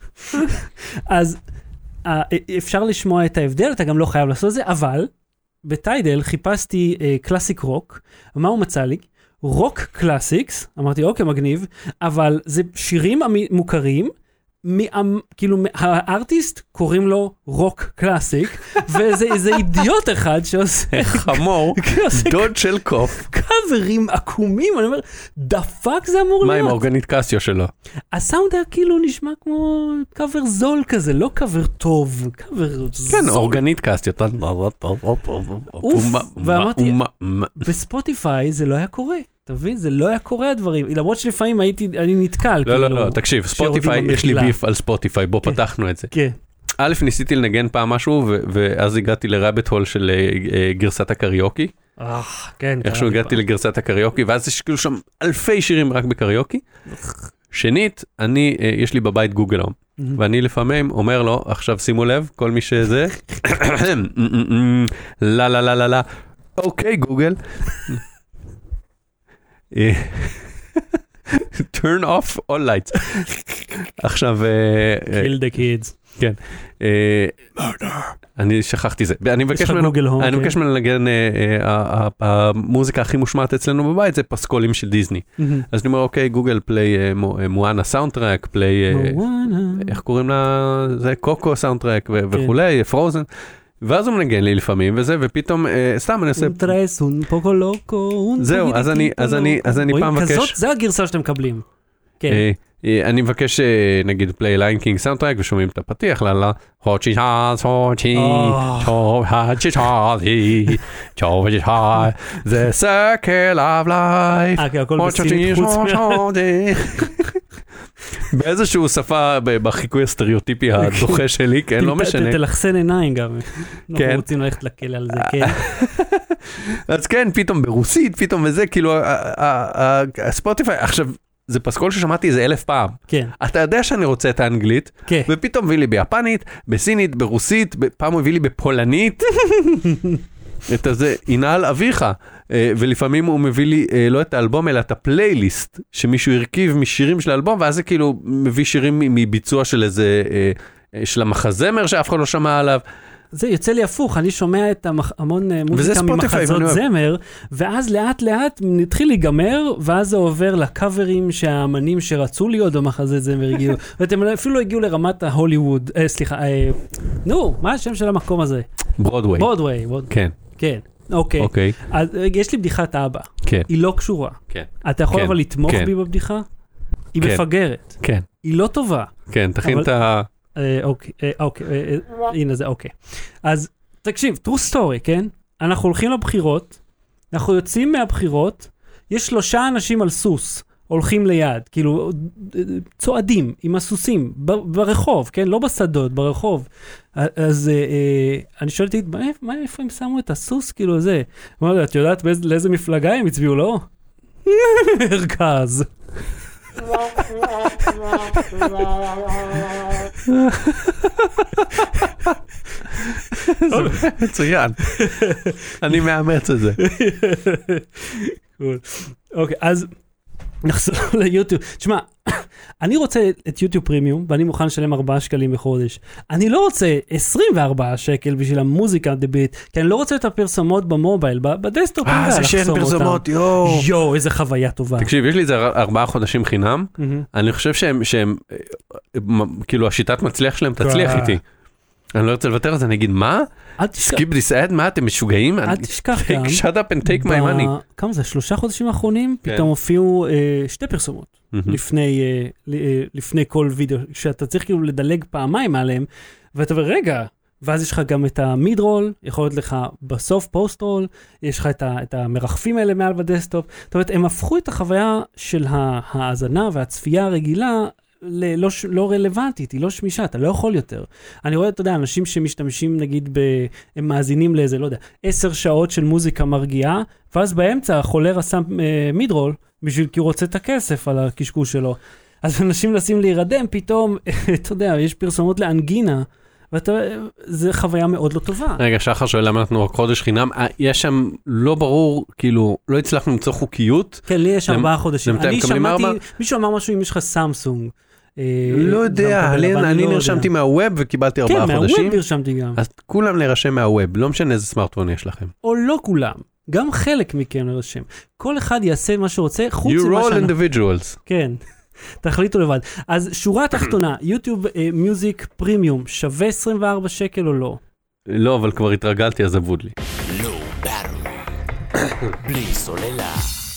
אז אפשר לשמוע את ההבדל, אתה גם לא חייב לעשות את זה, אבל בטיידל חיפשתי קלאסיק רוק, ומה הוא מצא לי? רוק קלאסיקס, אמרתי אוקיי מגניב, אבל זה שירים מוכרים, כאילו הארטיסט קוראים לו רוק קלאסיק, וזה איזה אידיוט אחד שעושה חמור, דוד של קוף, קאברים עקומים, אני אומר, דפק זה אמור להיות. מה עם האורגנית קסיו שלו? הסאונד היה כאילו נשמע כמו קאבר זול כזה, לא קאבר טוב, קאבר זול. כן, אורגנית קסיו. אוף, ואמרתי, בספוטיפיי זה לא היה קורה. אתה מבין? זה לא היה קורה הדברים, למרות שלפעמים הייתי, אני נתקל. לא, לא, לא, תקשיב, ספוטיפיי, יש לי ביף על ספוטיפיי, בוא פתחנו את זה. כן. א', ניסיתי לנגן פעם משהו, ואז הגעתי לרביט הול של גרסת הקריוקי. אה, כן. איכשהו הגעתי לגרסת הקריוקי, ואז יש כאילו שם אלפי שירים רק בקריוקי. שנית, אני, יש לי בבית גוגל הום, ואני לפעמים אומר לו, עכשיו שימו לב, כל מי שזה, לא, לא, לא, לא, לא, אוקיי גוגל, turn off all lights. עכשיו kill the kids. כן. אני שכחתי זה. אני מבקש ממנו, אני מבקש ממנו לנגן, המוזיקה הכי מושמעת אצלנו בבית זה פסקולים של דיזני. אז אני אומר, אוקיי, גוגל פליי מואנה סאונדטרק, פליי, איך קוראים לה? זה קוקו סאונדטרק וכולי, פרוזן. ואז הוא מנגן לי לפעמים וזה, ופתאום, סתם אני עושה... טרס, un poco loco, un זהו, אז אני, אז אני, אז אני פעם מבקש... כזאת, זה הגרסה שאתם מקבלים. כן. אני מבקש, נגיד, פליי ליין קינג סאונדטרק, ושומעים את הפתיח, לה לה, הוצ'י צ'ה, הוצ'י, צ'ו, הוצ'י צ'ה, צ'ו, הוצ'י צ'ה, זה סקל אב לייף, אה, כי הכל בסינית חוץ מה... באיזשהו שפה, בחיקוי הסטריאוטיפי הדוחה שלי, כן, לא משנה. תלחסן עיניים גם, אנחנו רוצים ללכת לכלא על זה, כן. אז כן, פתאום ברוסית, פתאום וזה, כאילו, הספוטיפיי, עכשיו, זה פסקול ששמעתי איזה אלף פעם. כן. אתה יודע שאני רוצה את האנגלית, כן. ופתאום הביא לי ביפנית, בסינית, ברוסית, פעם הוא הביא לי בפולנית, את הזה, ינעל אביך, ולפעמים הוא מביא לי לא את האלבום, אלא את הפלייליסט, שמישהו הרכיב משירים של האלבום, ואז זה כאילו מביא שירים מביצוע של איזה, של המחזמר שאף אחד לא שמע עליו. זה יוצא לי הפוך, אני שומע את המח... המון מוזיקה ממחזות זמר, ואז לאט לאט נתחיל להיגמר, ואז זה עובר לקאברים שהאמנים שרצו להיות במחזי זמר הגיעו, ואתם אפילו לא הגיעו לרמת ההוליווד, אה, סליחה, אה, נו, מה השם של המקום הזה? ברודווי. ברודווי. כן. כן, אוקיי. אוקיי. אז יש לי בדיחת אבא. כן. היא לא קשורה. כן. אתה יכול כן. אבל לתמוך כן. בי בבדיחה? היא כן. מפגרת. כן. היא לא טובה. כן, תכין אבל... את ה... אוקיי, אוקיי, הנה זה, אוקיי. אז תקשיב, true story, כן? אנחנו הולכים לבחירות, אנחנו יוצאים מהבחירות, יש שלושה אנשים על סוס, הולכים ליד, כאילו, צועדים עם הסוסים, ברחוב, כן? לא בשדות, ברחוב. אז אני שואלתי, מה, איפה הם שמו את הסוס? כאילו זה. את יודעת לאיזה מפלגה הם הצביעו, לא? מרכז. מצוין. אני מאמץ את זה. אוקיי, אז נחזור ליוטיוב. תשמע, אני רוצה את יוטיוב פרימיום, ואני מוכן לשלם ארבעה שקלים בחודש. אני לא רוצה עשרים וארבעה שקל בשביל המוזיקה דביט, כי אני לא רוצה את הפרסומות במובייל, בדסטופ. אה, זה שאין פרסומות, יואו. יואו, איזה חוויה טובה. תקשיב, יש לי איזה ארבעה חודשים חינם, אני חושב שהם, כאילו, השיטת מצליח שלהם תצליח איתי. אני לא רוצה לוותר על זה, אני אגיד, מה? סקיפ דיס אד, מה, אתם משוגעים? אל תשכח גם. shut up and take my money. כמה זה, שלושה חודשים האחרונים, פתאום הופיעו שתי פרסומות, לפני כל וידאו, שאתה צריך כאילו לדלג פעמיים עליהם, ואתה אומר, רגע, ואז יש לך גם את המיד-רול, יכול להיות לך בסוף פוסט-רול, יש לך את המרחפים האלה מעל בדסטופ, זאת אומרת, הם הפכו את החוויה של ההאזנה והצפייה הרגילה, לא, לא רלוונטית, היא לא שמישה, אתה לא יכול יותר. אני רואה, אתה יודע, אנשים שמשתמשים, נגיד, ב, הם מאזינים לאיזה, לא יודע, עשר שעות של מוזיקה מרגיעה, ואז באמצע החולה רשם אה, מידרול, בשביל כי הוא רוצה את הכסף על הקשקוש שלו. אז אנשים נסים להירדם, פתאום, אתה יודע, יש פרסומות לאנגינה, ואתה, זה חוויה מאוד לא טובה. רגע, שחר שואל למה אנחנו רק חודש חינם, יש שם לא ברור, כאילו, לא הצלחנו למצוא חוקיות. כן, לי יש ארבעה חודשים. אני שמעתי, מישהו אמר משהו אם יש לך סמסונג. לא יודע, אני נרשמתי מהווב וקיבלתי ארבעה חודשים. כן, מהווב נרשמתי גם. אז כולם נרשם מהווב, לא משנה איזה סמארטפון יש לכם. או לא כולם, גם חלק מכם נרשם. כל אחד יעשה מה שרוצה, חוץ You ממה roll שאנחנו... individuals. כן, תחליטו לבד. אז שורה תחתונה, יוטיוב מיוזיק פרימיום, שווה עשרים וארבעה שקל או לא? לא, אבל כבר התרגלתי, אז עבוד לי. Low battery. בלי סוללה.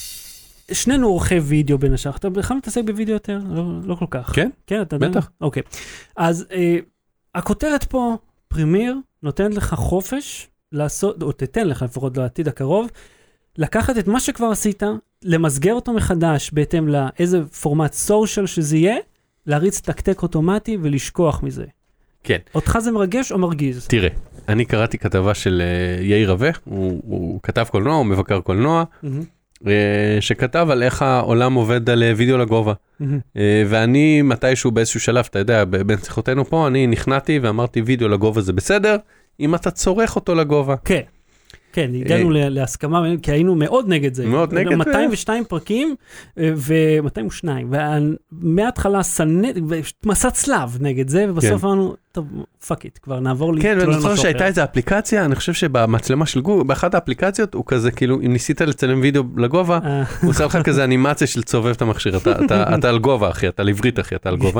שנינו עורכי וידאו בין השאר, אתה בכלל מתעסק בוידאו יותר? לא, לא כל כך. כן? כן, אתה בטח. אוקיי. אז אה, הכותרת פה, פרימיר, נותנת לך חופש, לעשות, או תתן לך לפחות לעתיד הקרוב, לקחת את מה שכבר עשית, למסגר אותו מחדש, בהתאם לאיזה פורמט סושיאל שזה יהיה, להריץ תקתק אוטומטי ולשכוח מזה. כן. אותך זה מרגש או מרגיז? תראה, אני קראתי כתבה של uh, יאיר רווה, הוא, הוא כתב קולנוע, הוא מבקר קולנוע, mm-hmm. uh, שכתב על איך העולם עובד על וידאו לגובה. Mm-hmm. Uh, ואני מתישהו באיזשהו שלב, אתה יודע, בין שיחותינו פה, אני נכנעתי ואמרתי וידאו לגובה זה בסדר, אם אתה צורך אותו לגובה. כן. כן, הגענו להסכמה, כי היינו מאוד נגד זה. מאוד נגד זה. מאתיים ושתיים פרקים, ו-מאתיים ושתיים, ומההתחלה מסע צלב נגד זה, ובסוף אמרנו, טוב, פאק איט, כבר נעבור לי. כן, ואני חושב שהייתה איזו אפליקציה, אני חושב שבמצלמה של גוגל, באחת האפליקציות, הוא כזה, כאילו, אם ניסית לצלם וידאו לגובה, הוא עושה לך כזה אנימציה של צובב את המכשיר, אתה על גובה, אחי, אתה על עברית, אחי, אתה על גובה.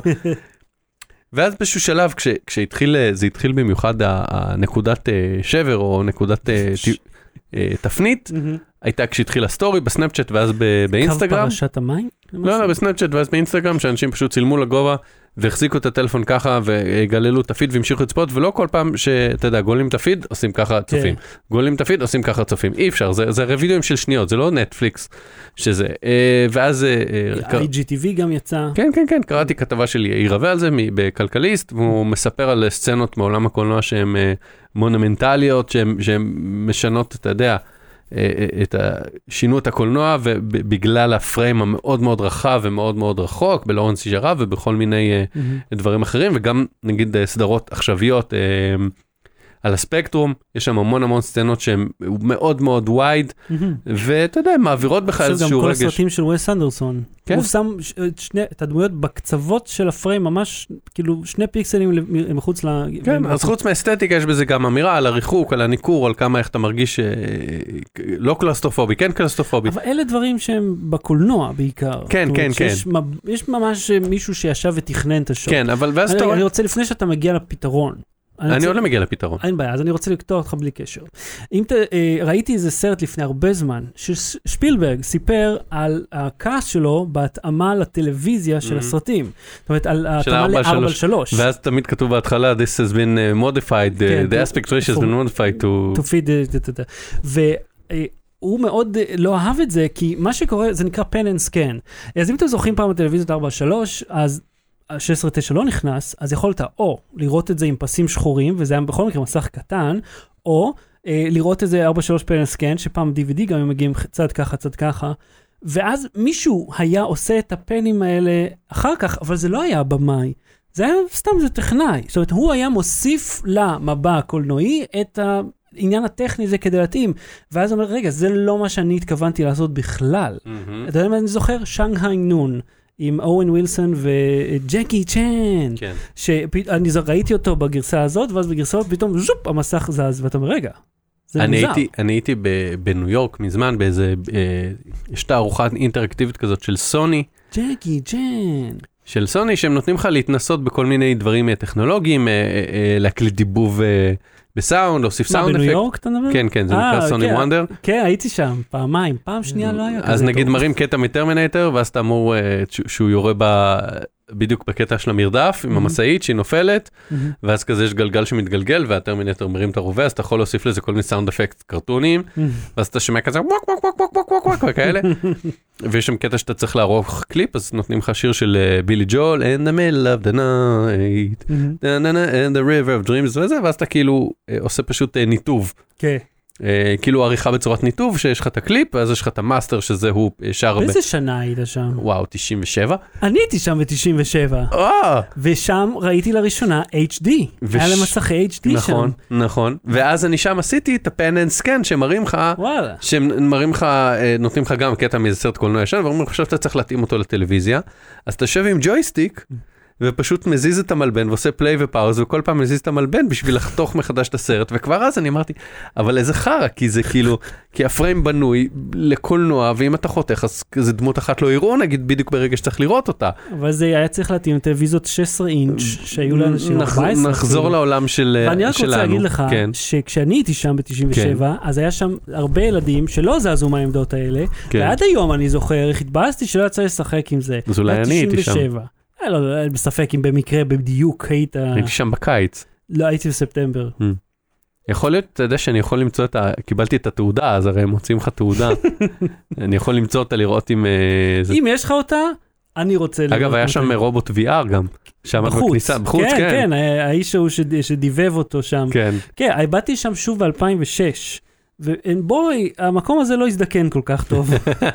ואז באיזשהו שלב, כש, כשהתחיל, זה התחיל במיוחד הנקודת שבר, או נקודת תפנית, הייתה כשהתחיל הסטורי בסנאפצ'אט, ואז באינסטגרם. קו פרשת המים? לא, לא, בסנאפצ'אט ואז באינסטגרם, שאנשים פשוט צילמו לגובה, והחזיקו את הטלפון ככה, וגללו את הפיד והמשיכו לצפות, ולא כל פעם שאתה יודע, גולים את הפיד, עושים ככה צופים. גולים את הפיד, עושים ככה צופים. אי אפשר, זה, זה וידאוים של שניות, זה לא נטפליקס, שזה. ואז... איי ג'י טי וי גם יצא. כן, כן, כן, קראתי כתבה של יאיר רווה על זה, בכלכליסט, והוא מספר על סצנות מעולם הקולנוע שהן מונומנטליות, שהן משנות, אתה יודע, את ה... שינו את הקולנוע ובגלל הפריים המאוד מאוד רחב ומאוד מאוד רחוק בלורנס שיג'רה ובכל מיני mm-hmm. דברים אחרים, וגם נגיד סדרות עכשוויות על הספקטרום, יש שם המון המון סצנות שהן מאוד מאוד וייד, mm-hmm. ואתה יודע, מעבירות בך איזשהו רגש. גם כל הסרטים של ווס אנדרסון, כן? הוא שם שני, את הדמויות בקצוות של הפריים, ממש כאילו שני פיקסלים מחוץ ל... כן, אז חוץ מהאסתטיקה יש בזה גם אמירה על הריחוק, על הניקור, על כמה איך אתה מרגיש לא קלסטרופובי, כן קלסטרופובי. אבל אלה דברים שהם בקולנוע בעיקר. כן, כן, כן. יש ממש מישהו שישב ותכנן את השוק. כן, אבל ואז אתה... אני רוצה לפני שאתה מגיע לפתרון, אני עוד לא מגיע לפתרון. אין בעיה, אז אני רוצה לקטוע אותך בלי קשר. אם ראיתי איזה סרט לפני הרבה זמן, ששפילברג סיפר על הכעס שלו בהתאמה לטלוויזיה של הסרטים. זאת אומרת, על ההתאמה ל-ארבע על שלוש. ואז תמיד כתוב בהתחלה, this has been modified, the aspect ratio has been modified to... to feed, והוא מאוד לא אהב את זה, כי מה שקורה, זה נקרא pen and scan. אז אם אתם זוכרים פעם בטלוויזיות ארבע על שלוש, אז... שש עשרה תשע לא נכנס, אז יכולת או לראות את זה עם פסים שחורים, וזה היה בכל מקרה מסך קטן, או אה, לראות את זה ארבע שלוש פן סקן, שפעם די וי די גם הם מגיעים צד ככה, צד ככה, ואז מישהו היה עושה את הפנים האלה אחר כך, אבל זה לא היה במאי, זה היה סתם, זה טכנאי, זאת אומרת, הוא היה מוסיף למבע הקולנועי את ה... עניין הטכני הזה כדי להתאים, ואז הוא אומר, רגע, זה לא מה שאני התכוונתי לעשות בכלל. Mm-hmm. אתה יודע מה אני זוכר? שאנגהאי נון, עם אוון ווילסון וג'קי צ'ן, כן. שאני ראיתי אותו בגרסה הזאת, ואז בגרסה הזאת פתאום ז'ופ, המסך זז, ואתה אומר, רגע, זה אני מוזר. הייתי, אני הייתי בניו יורק מזמן, באיזה, אה, יש תערוכה אינטראקטיבית כזאת של סוני. ג'קי צ'ן. של סוני, שהם נותנים לך להתנסות בכל מיני דברים טכנולוגיים, אה, אה, להקליט דיבוב אה, בסאונד, להוסיף סאונד אפקט. מה, בניו יורק אתה מדבר? כן, כן, זה נקרא סוני וונדר. כן, הייתי שם, פעמיים, פעם שנייה לא היה כזה. אז נגיד מראים קטע מטרמינטור, ואז אתה אמור שהוא יורה בדיוק בקטע של המרדף, עם המשאית שהיא נופלת, ואז כזה יש גלגל שמתגלגל, והטרמינטור מרים את הרובה, אז אתה יכול להוסיף לזה כל מיני סאונד אפקט קרטוניים, ואז אתה שומע כזה ווק ווק ווק ווק ווק ווק וכאלה, ויש שם קטע שאתה צריך לערוך קליפ, אז נותנים לך שיר של בילי ג'ול, in the middle of the night, and the river of dreams, וזה, ואז אתה כאילו עושה פשוט ניתוב. כן. כאילו עריכה בצורת ניתוב, שיש לך את הקליפ, ואז יש לך את המאסטר שזה הוא שר... באיזה שנה היית שם? וואו, תשעים ושבע. אני הייתי שם ב-תשעים ושבע. ושם ראיתי לראשונה אייץ' די. היה למסכי אייץ' די שם. נכון, נכון. ואז אני שם עשיתי את הפן אנד סקן, שמראים לך, שמראים לך, נותנים לך גם קטע מאיזה סרט קולנוע ישן, ואומרים לך, עכשיו אתה צריך להתאים אותו לטלוויזיה, אז אתה יושב עם ג'ויסטיק, ופשוט מזיז את המלבן, ועושה פליי ופאוז, וכל פעם מזיז את המלבן בשביל לחתוך מחדש את הסרט, וכבר אז אני אמרתי, אבל איזה חרא, כי זה כאילו, כי הפריים בנוי לקולנוע, ואם אתה חותך, אז זה דמות אחת לא יראו, נגיד בדיוק ברגע שצריך לראות אותה. אבל זה היה צריך להתאים טלוויזיות שש עשרה אינץ' שהיו לאנשים ארבע עשרה. נחזור לעולם שלנו. ואני רק רוצה להגיד לך, שכשאני הייתי שם ב-תשעים ושבע, אז היה שם הרבה ילדים שלא זזו מהעמדות האלה, ועד היום אני זוכר, התבאסתי שלא יצא לשחק עם זה. אז אולי אני הייתי שם. לא, לא, בספק אם במקרה, בדיוק היית... הייתי שם בקיץ. לא, הייתי בספטמבר. יכול להיות, אתה יודע שאני יכול למצוא את ה... קיבלתי את התעודה, אז הרי הם מוצאים לך תעודה. אני יכול למצוא אותה, לראות אם... אם יש לך אותה, אני רוצה לראות. אגב, היה שם רובוט וי אר גם. בחוץ. בחוץ, כן. כן, כן, האיש הוא שדיבב אותו שם. כן. כן, באתי שם שוב ב-אלפיים ושש. ובואי, המקום הזה לא הזדקן כל כך טוב.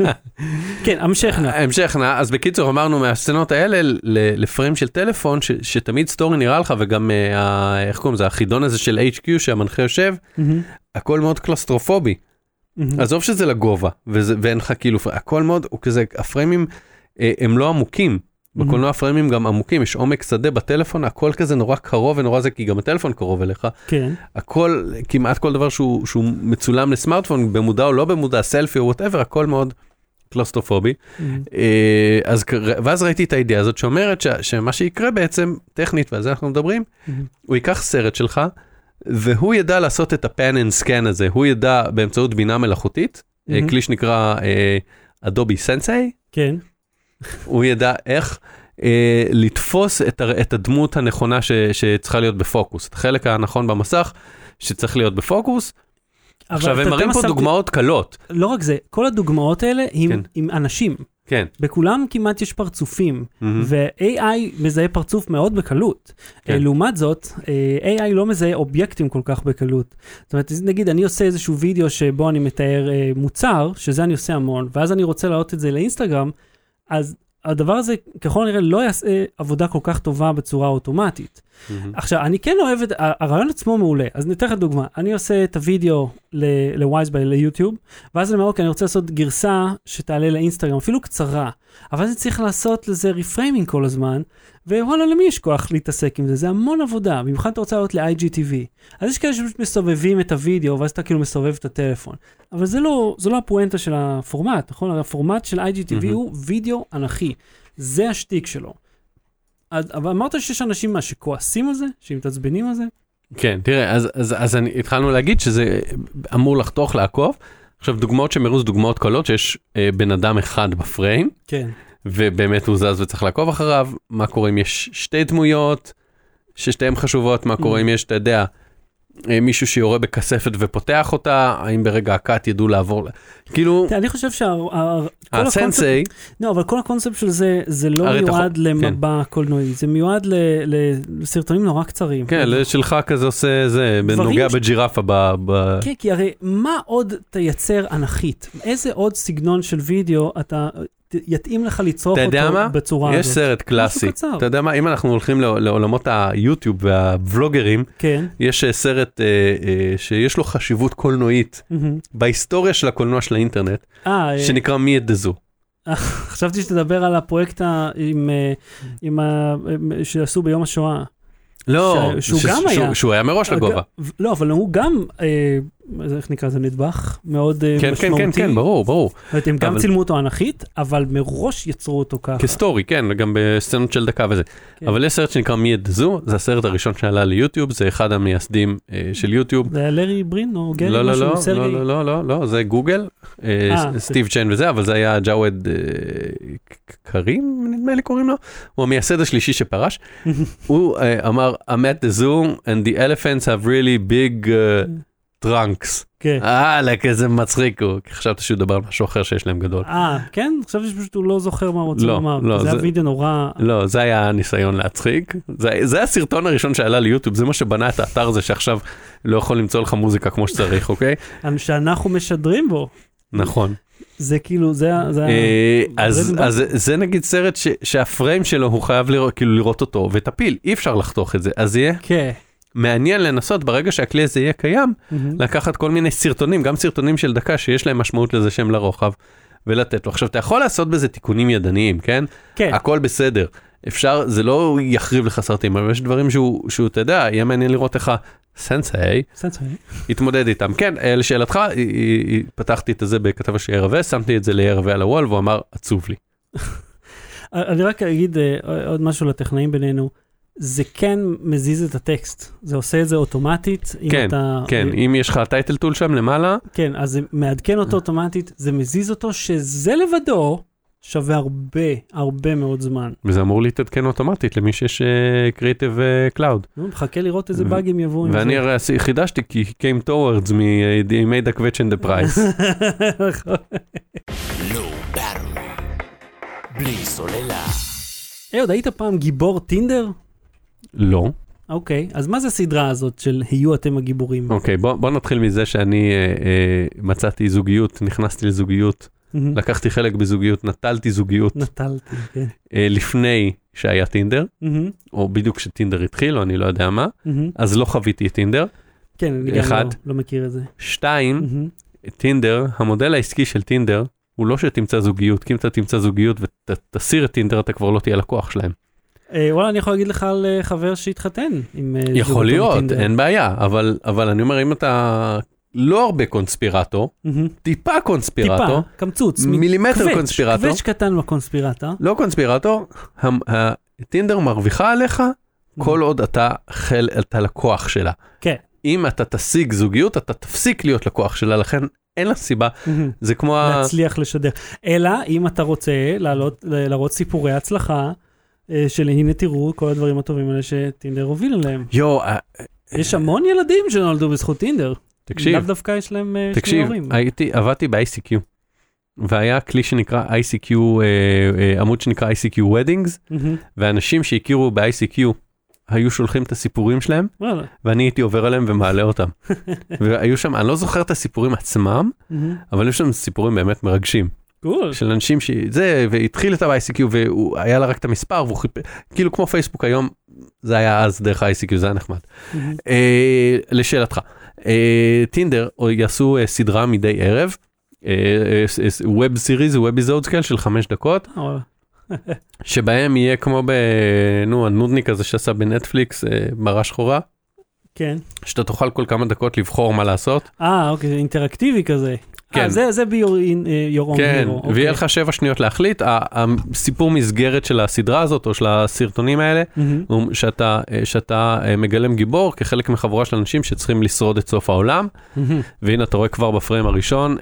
כן, המשכנה. המשכנה, אז בקיצור אמרנו מהסצנות האלה לפריים של טלפון, שתמיד סטורי נראה לך, וגם, איך קוראים זה, החידון הזה של אייץ' קיו שהמנחה יושב, הכל מאוד קלסטרופובי. עזוב שזה לגובה, ואין לך כאילו, הכל מאוד, הוא כזה, הפריימים הם לא עמוקים. בקולנוע הפריימים גם עמוקים, יש עומק שדה בטלפון, הכל כזה נורא קרוב ונורא זה, כי גם הטלפון קרוב אליך. כן. הכל, כמעט כל דבר שהוא, שהוא מצולם לסמארטפון, במודע או לא במודע, סלפי או whatever, הכל מאוד קלוסטרופובי. Mm-hmm. אז, ואז ראיתי את האידאה הזאת שאומרת ש, שמה שיקרה בעצם, טכנית, ועל זה אנחנו מדברים, mm-hmm. הוא ייקח סרט שלך, והוא ידע לעשות את הפן אנד סקן הזה, הוא ידע באמצעות בינה מלאכותית, mm-hmm. כלי שנקרא אדובי סנסei. כן. הוא ידע איך אה, לתפוס את, את הדמות הנכונה ש, שצריכה להיות בפוקוס. את החלק הנכון במסך שצריך להיות בפוקוס. עכשיו, הם מראים פה דוגמאות קלות. לא רק זה, כל הדוגמאות האלה הם כן. עם אנשים. כן. בכולם כמעט יש פרצופים, Mm-hmm. ו-איי איי מזהה פרצוף מאוד בקלות. כן. לעומת זאת, איי איי לא מזהה אובייקטים כל כך בקלות. זאת אומרת, נגיד, אני עושה איזשהו וידאו שבו אני מתאר מוצר, שזה אני עושה המון, ואז אני רוצה להעלות את זה לאינסטגרם, אז הדבר הזה, ככל הנראה, לא יעשה עבודה כל כך טובה בצורה אוטומטית. Mm-hmm. עכשיו, אני כן אוהב את, הרעיון עצמו מעולה, אז ניתן לך דוגמה, אני עושה את הוידאו לווייזביי ליוטיוב, ואז אני אומר, אוקיי, אני רוצה לעשות גרסה שתעלה לאינסטגרם, אפילו קצרה, אבל אני צריך לעשות לזה ריפריימינג כל הזמן, ווואלה, למי יש כוח להתעסק עם זה? זה המון עבודה, במיוחד אתה רוצה לעלות ל-איי ג'י טי וי, אז יש כאלה שפשוט מסובבים את הוידאו, ואז אתה כאילו מסובב את הטלפון, אבל זה לא, זה לא הפואנטה של הפורמט, נכון? הפורמט של איי ג'י טי וי mm-hmm. הוא וידאו אנכי, זה השטיק שלו. אז, אבל אמרת שיש אנשים מה שכועסים על זה, שמתעצבנים על זה? כן, תראה, אז, אז, אז אני, התחלנו להגיד שזה אמור לחתוך, לעקוב. עכשיו, דוגמאות שמראו דוגמאות קלות, שיש אה, בן אדם אחד בפריים, כן. ובאמת הוא זז וצריך לעקוב אחריו. מה קורה אם יש שתי דמויות, ששתיהם חשובות, מה קורה אם יש, אתה יודע, מישהו שיורה בכספת ופותח אותה, האם ברגע הקאט ידעו לעבור, כאילו... אני חושב שה... הסנסei... לא, אבל כל הקונספט של זה, זה לא מיועד למבע קולנועי, זה מיועד לסרטונים נורא קצרים. כן, לשלך כזה עושה זה, בנוגע בג'ירפה ב... כן, כי הרי מה עוד תייצר אנכית? איזה עוד סגנון של וידאו אתה... יתאים לך לצרוך אותו בצורה הזאת. יש סרט קלאסי. אתה יודע מה, אם אנחנו הולכים לעולמות היוטיוב והוולוגרים, יש סרט שיש לו חשיבות קולנועית בהיסטוריה של הקולנוע של האינטרנט, שנקרא מי ידזו. חשבתי שתדבר על הפרויקט שעשו ביום השואה. לא, שהוא גם היה. שהוא היה מראש לגובה. לא, אבל הוא גם, איך נקרא, זה נדבך מאוד משמעותי. כן, כן, כן, ברור, ברור. הם גם צילמו אותו אנכית, אבל מראש יצרו אותו ככה. כסטורי, כן, גם בסצנות של דקה וזה. אבל יש סרט שנקרא מי ידזו, זה הסרט הראשון שעלה ליוטיוב, זה אחד המייסדים של יוטיוב. זה היה לארי ברין או גרי? לא, לא, לא, לא, לא, לא, זה גוגל, סטיב צ'ן וזה, אבל זה היה ג'אווד קרים, נדמה לי קוראים לו, הוא המייסד השלישי שפרש. הוא אמר, I'm at the zoo and the elephants have really big uh, trunks. כן. אה, לכזה מצחיק הוא. חשבתי שהוא דבר משהו אחר שיש להם גדול. אה, כן? חשבתי שפשוט הוא לא זוכר מה רוצה לומר. לא, זה זה... היה וידאו נורא... לא, זה היה הניסיון להצחיק. זה, זה הסרטון הראשון שעלה ליוטיוב, זה מה שבנה את האתר הזה שעכשיו לא יכול למצוא לך מוזיקה כמו שצריך, אוקיי? שאנחנו משדרים בו. נכון. זה כאילו, זה... זה אז, אז זה נגיד סרט ש, שהפריים שלו הוא חייב לראות, כאילו לראות אותו, ותפיל, אי אפשר לחתוך את זה, אז יהיה כן. מעניין לנסות ברגע שהכלי הזה יהיה קיים, לקחת כל מיני סרטונים, גם סרטונים של דקה שיש להם משמעות לזה שם לרוחב, ולתת לו. עכשיו, אתה יכול לעשות בזה תיקונים ידניים, כן? כן. הכל בסדר. אפשר, זה לא יחריב לך סרטים, אבל יש דברים שהוא, שהוא, אתה יודע, יהיה מעניין לראות איך סנסei, סנסei, התמודד איתם. כן, לשאלתך, פתחתי את זה בכתבה של ירווה, שמתי את זה לירווה על הוול, והוא אמר, עצוב לי. אני רק אגיד עוד משהו לטכנאים בינינו, זה כן מזיז את הטקסט, זה עושה את זה אוטומטית. כן, כן, אם יש לך טייטל טול שם למעלה. כן, אז זה מעדכן אותו אוטומטית, זה מזיז אותו, שזה לבדו שווה הרבה, הרבה מאוד זמן. וזה אמור להתעדכן אוטומטית למי שיש Creative Cloud. מחכה לראות איזה באגים יבואו. ואני הרי חידשתי, כי came towards me, he made a question the price. Low battery, בלי סוללה. אהוד, היית פעם גיבור טינדר? לא. אוקיי, אז מה זה הסדרה הזאת של היו אתם הגיבורים? אוקיי, בוא, בוא נתחיל מזה שאני אה, אה, מצאתי זוגיות, נכנסתי לזוגיות, mm-hmm. לקחתי חלק בזוגיות, נטלתי זוגיות. נטלתי, כן. אה, לפני שהיה טינדר, mm-hmm. או בדיוק כשטינדר התחיל, או אני לא יודע מה, mm-hmm. אז לא חוויתי את טינדר. כן, אני גם לא, לא מכיר את זה. שתיים, mm-hmm. טינדר, המודל העסקי של טינדר, הוא לא שתמצא זוגיות, כי אם אתה תמצא זוגיות ותסיר את טינדר, אתה כבר לא תהיה לקוח שלהם. וואלה, אני יכול להגיד לך על חבר שהתחתן עם זוגות. יכול להיות, אין בעיה, אבל, אבל אני אומר, אם אתה לא הרבה קונספירטור, טיפה קונספירטור, טיפה, קמצוץ, מילימטר קונספירטור, קווץ' קטן בקונספירטור, לא קונספירטור, הטינדר מרוויחה עליך, כל עוד אתה חל, אתה לקוח שלה. כן. אם אתה תשיג זוגיות, אתה תפסיק להיות לקוח שלה, לכן אין לה סיבה, זה כמו... להצליח לשדר. אלא, אם אתה רוצה לעלות, להראות סיפורי הצלחה, של הנה תראו כל הדברים הטובים האלה שטינדר הוביל עליהם. יו, יש המון ילדים שנולדו בזכות טינדר. תקשיב. לאו דווקא יש להם שני הורים. תקשיב, הייתי, עבדתי ב-איי סי קיו, והיה כלי שנקרא איי סי קיו, עמוד שנקרא איי סי קיו Weddings, ואנשים שהכירו ב-איי סי קיו, היו שולחים את הסיפורים שלהם, ואני הייתי עובר עליהם ומעלה אותם. והיו שם, אני לא זוכר את הסיפורים עצמם, אבל היו שם סיפורים באמת מרגשים. של אנשים שזה, והתחיל את ה-איי סי קיו, והיה לה רק את המספר, והוא חיפש, כאילו כמו פייסבוק היום, זה היה אז דרך ה-איי סי קיו, זה היה נחמד. לשאלתך, טינדר יעשו סדרה מדי ערב, ווב סיריז, ווב איזוד סקייל של חמש דקות, שבהם יהיה כמו נו, הנודניק הזה שעשה בנטפליקס, מראה שחורה. כן. שאתה תוכל כל כמה דקות לבחור מה לעשות. אה, אוקיי, אינטראקטיבי כזה. כן. זה, זה ביורום. כן, ויהיה לך שבע שניות להחליט. הסיפור מסגרת של הסדרה הזאת, או של הסרטונים האלה, הוא שאתה, שאתה מגלם גיבור, כחלק מחבורה של אנשים שצריכים לשרוד את סוף העולם. והנה, אתה רואה כבר בפריים הראשון,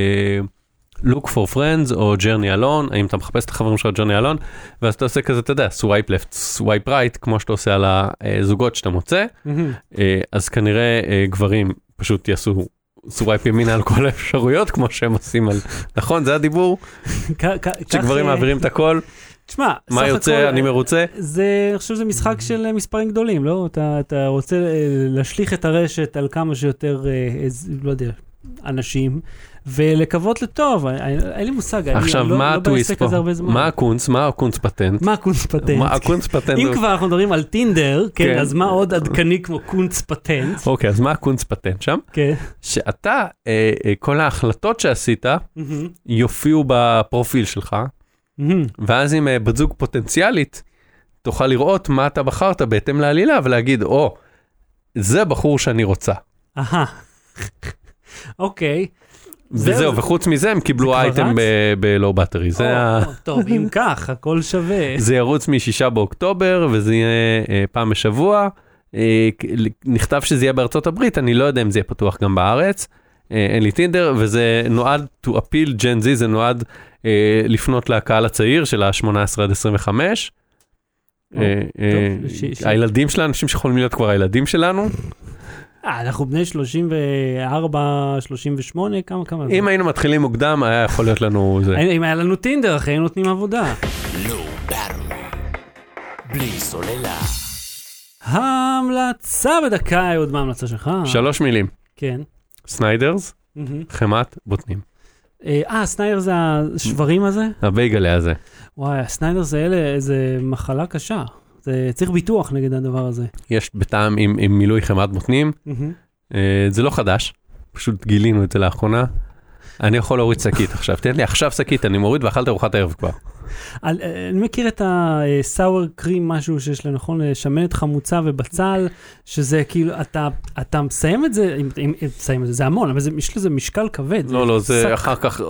look for friends או journey alone, האם אתה מחפש את החברים שלך journey alone, ואז אתה עושה כזה, אתה יודע, swipe left, swipe right, כמו שאתה עושה על הזוגות שאתה מוצא, אז כנראה גברים פשוט יעשו swipe ימינה על כל האפשרויות, כמו שהם עושים על, נכון, זה הדיבור? שגברים מעבירים את הכל, תשמע, מה יוצא, אני מרוצה? זה, אני חושב שזה משחק של מספרים גדולים, לא? אתה, אתה רוצה להשליך את הרשת על כמה שיותר, לא יודע, אנשים, ולקוות לטוב, אין לי מושג. עכשיו, מה הטוויסט פה? מה הקונץ? מה הקונץ פטנט? מה הקונץ פטנט? מה הקונץ פטנט? אם כבר אנחנו מדברים על טינדר, כן, אז מה עוד עדכני כמו קונץ פטנט? אוקיי, אז מה הקונץ פטנט שם? כן. שאתה, כל ההחלטות שעשית, יופיעו בפרופיל שלך, ואז עם בת זוג פוטנציאלית, תוכל לראות מה אתה בחרת בהתאם לעלילה, ולהגיד, או, זה בחור שאני רוצה. אהה. אוקיי. וזהו, וחוץ מזה הם קיבלו אייטם בלואו בטרי. טוב, אם כך, הכל שווה. זה ירוץ משישה באוקטובר, וזה יהיה פעם בשבוע. נכתב שזה יהיה בארצות הברית, אני לא יודע אם זה יהיה פתוח גם בארץ. אין לי טינדר, וזה נועד to appeal Gen Z, זה נועד לפנות לקהל הצעיר של ה-שמונה עשרה עד עשרים וחמש. הילדים של האנשים שיכולים להיות כבר הילדים שלנו. אנחנו בני שלושים וארבע, שלושים ושמונה, כמה כמה? אם היינו מתחילים מוקדם, היה יכול להיות לנו זה. אם היה לנו טינדר, אחרי היינו נותנים עבודה. בלי סוללה. ההמלצה בדקה, עוד מה ההמלצה שלך? שלוש מילים. כן. סניידרס, חמת בוטנים. אה, סניידר זה השברים הזה? הבייגלה הזה. וואי, סניידר זה אלה, זה מחלה קשה. זה צריך ביטוח נגד הדבר הזה. יש בטעם עם, עם מילוי חמת בוטנים. Mm-hmm. זה לא חדש, פשוט גילינו את זה לאחרונה. אני יכול להוריד שקית עכשיו, תן לי עכשיו שקית, אני מוריד ואכלת ארוחת הערב כבר. אני מכיר את הסאוור קרים, משהו שיש לנכון לשמנת חמוצה ובצל, שזה כאילו, אתה, אתה מסיים את זה, אם, אם מסיים את זה, זה המון, אבל זה, יש לזה משקל כבד. לא, לא, זה אחר כך...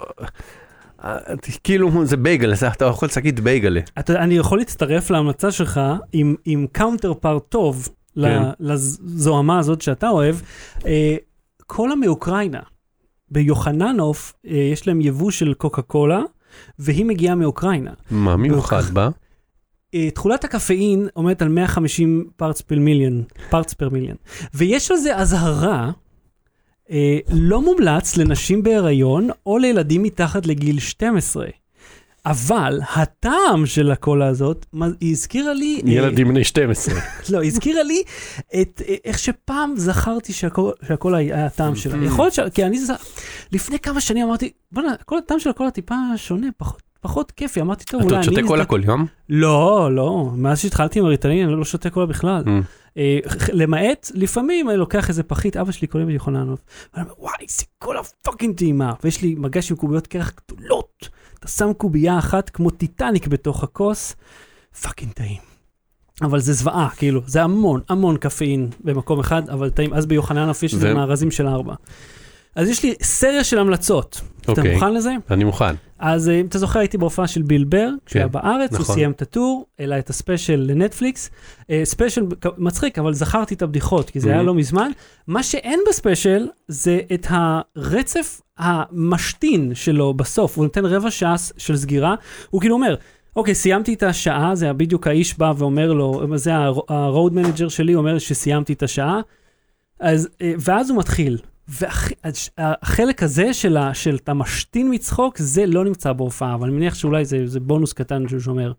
כאילו זה בייגלה, אתה יכול לשקית בייגלה. אני יכול להצטרף להמלצה שלך עם קאונטר פארט טוב לזוהמה הזאת שאתה אוהב. קולה מאוקראינה, ביוחננוף יש להם יבוא של קוקה קולה, והיא מגיעה מאוקראינה. מה מיוחד בה? תכולת הקפאין עומדת על מאה וחמישים פארטס פר מיליון, פארטס פר מיליון. ויש לזה הזהרה, אה, לא מומלץ לנשים בהיריון או לילדים מתחת לגיל שתים עשרה. אבל הטעם של הקולה הזאת, היא הזכירה לי... ילדים בני שתים עשרה. לא, היא הזכירה לי את איך שפעם זכרתי שהקולה היה הטעם שלה. יכול להיות ש... כי אני... לפני כמה שנים אמרתי, בוא'נה, כל הטעם של הקולה טיפה שונה, פחות, פחות כיפי. אמרתי, טוב, אולי אני... אתה שותה קולה כל יום? לא, לא. מאז שהתחלתי עם הריטלין, אני לא שותה קולה בכלל. למעט, לפעמים אני לוקח איזה פחית, אבא שלי קולה ביוחננוף, ואני אומר, וואי, זה קולה פאקינג טעימה. ויש לי מגש עם קוביות קרח גדולות. אתה שם קובייה אחת כמו טיטניק בתוך הכוס, פאקינג טעים. אבל זה זוועה, כאילו, זה המון, המון קפאין במקום אחד, אבל טעים. אז ביוחננוף יש את המארזים של ארבע. אז יש לי סריה של המלצות. אתה אוקיי. מוכן לזה? אני מוכן. אז אם אתה זוכר, הייתי בהופעה של ביל בר, כשהיה בארץ, הוא נכון. סיים את הטור, אלא את הספיישל לנטפליקס. אה, ספיישל מצחיק, אבל זכרתי את הבדיחות, כי זה היה לא מזמן. מה שאין בספיישל, זה את הרצף המשתין שלו בסוף. הוא נותן רבע שעה של סגירה. הוא כאילו אומר, אוקיי, סיימתי את השעה, זה בדיוק האיש בא ואומר לו, זה הרוד מנג'ר שלי, אומר שסיימתי את השעה. אז, אה, ואז הוא מתחיל. והחלק הזה של, ה, של המשתין מצחוק, זה לא נמצא בהופעה, אבל אני מניח שאולי זה, זה בונוס קטן שהוא שומר.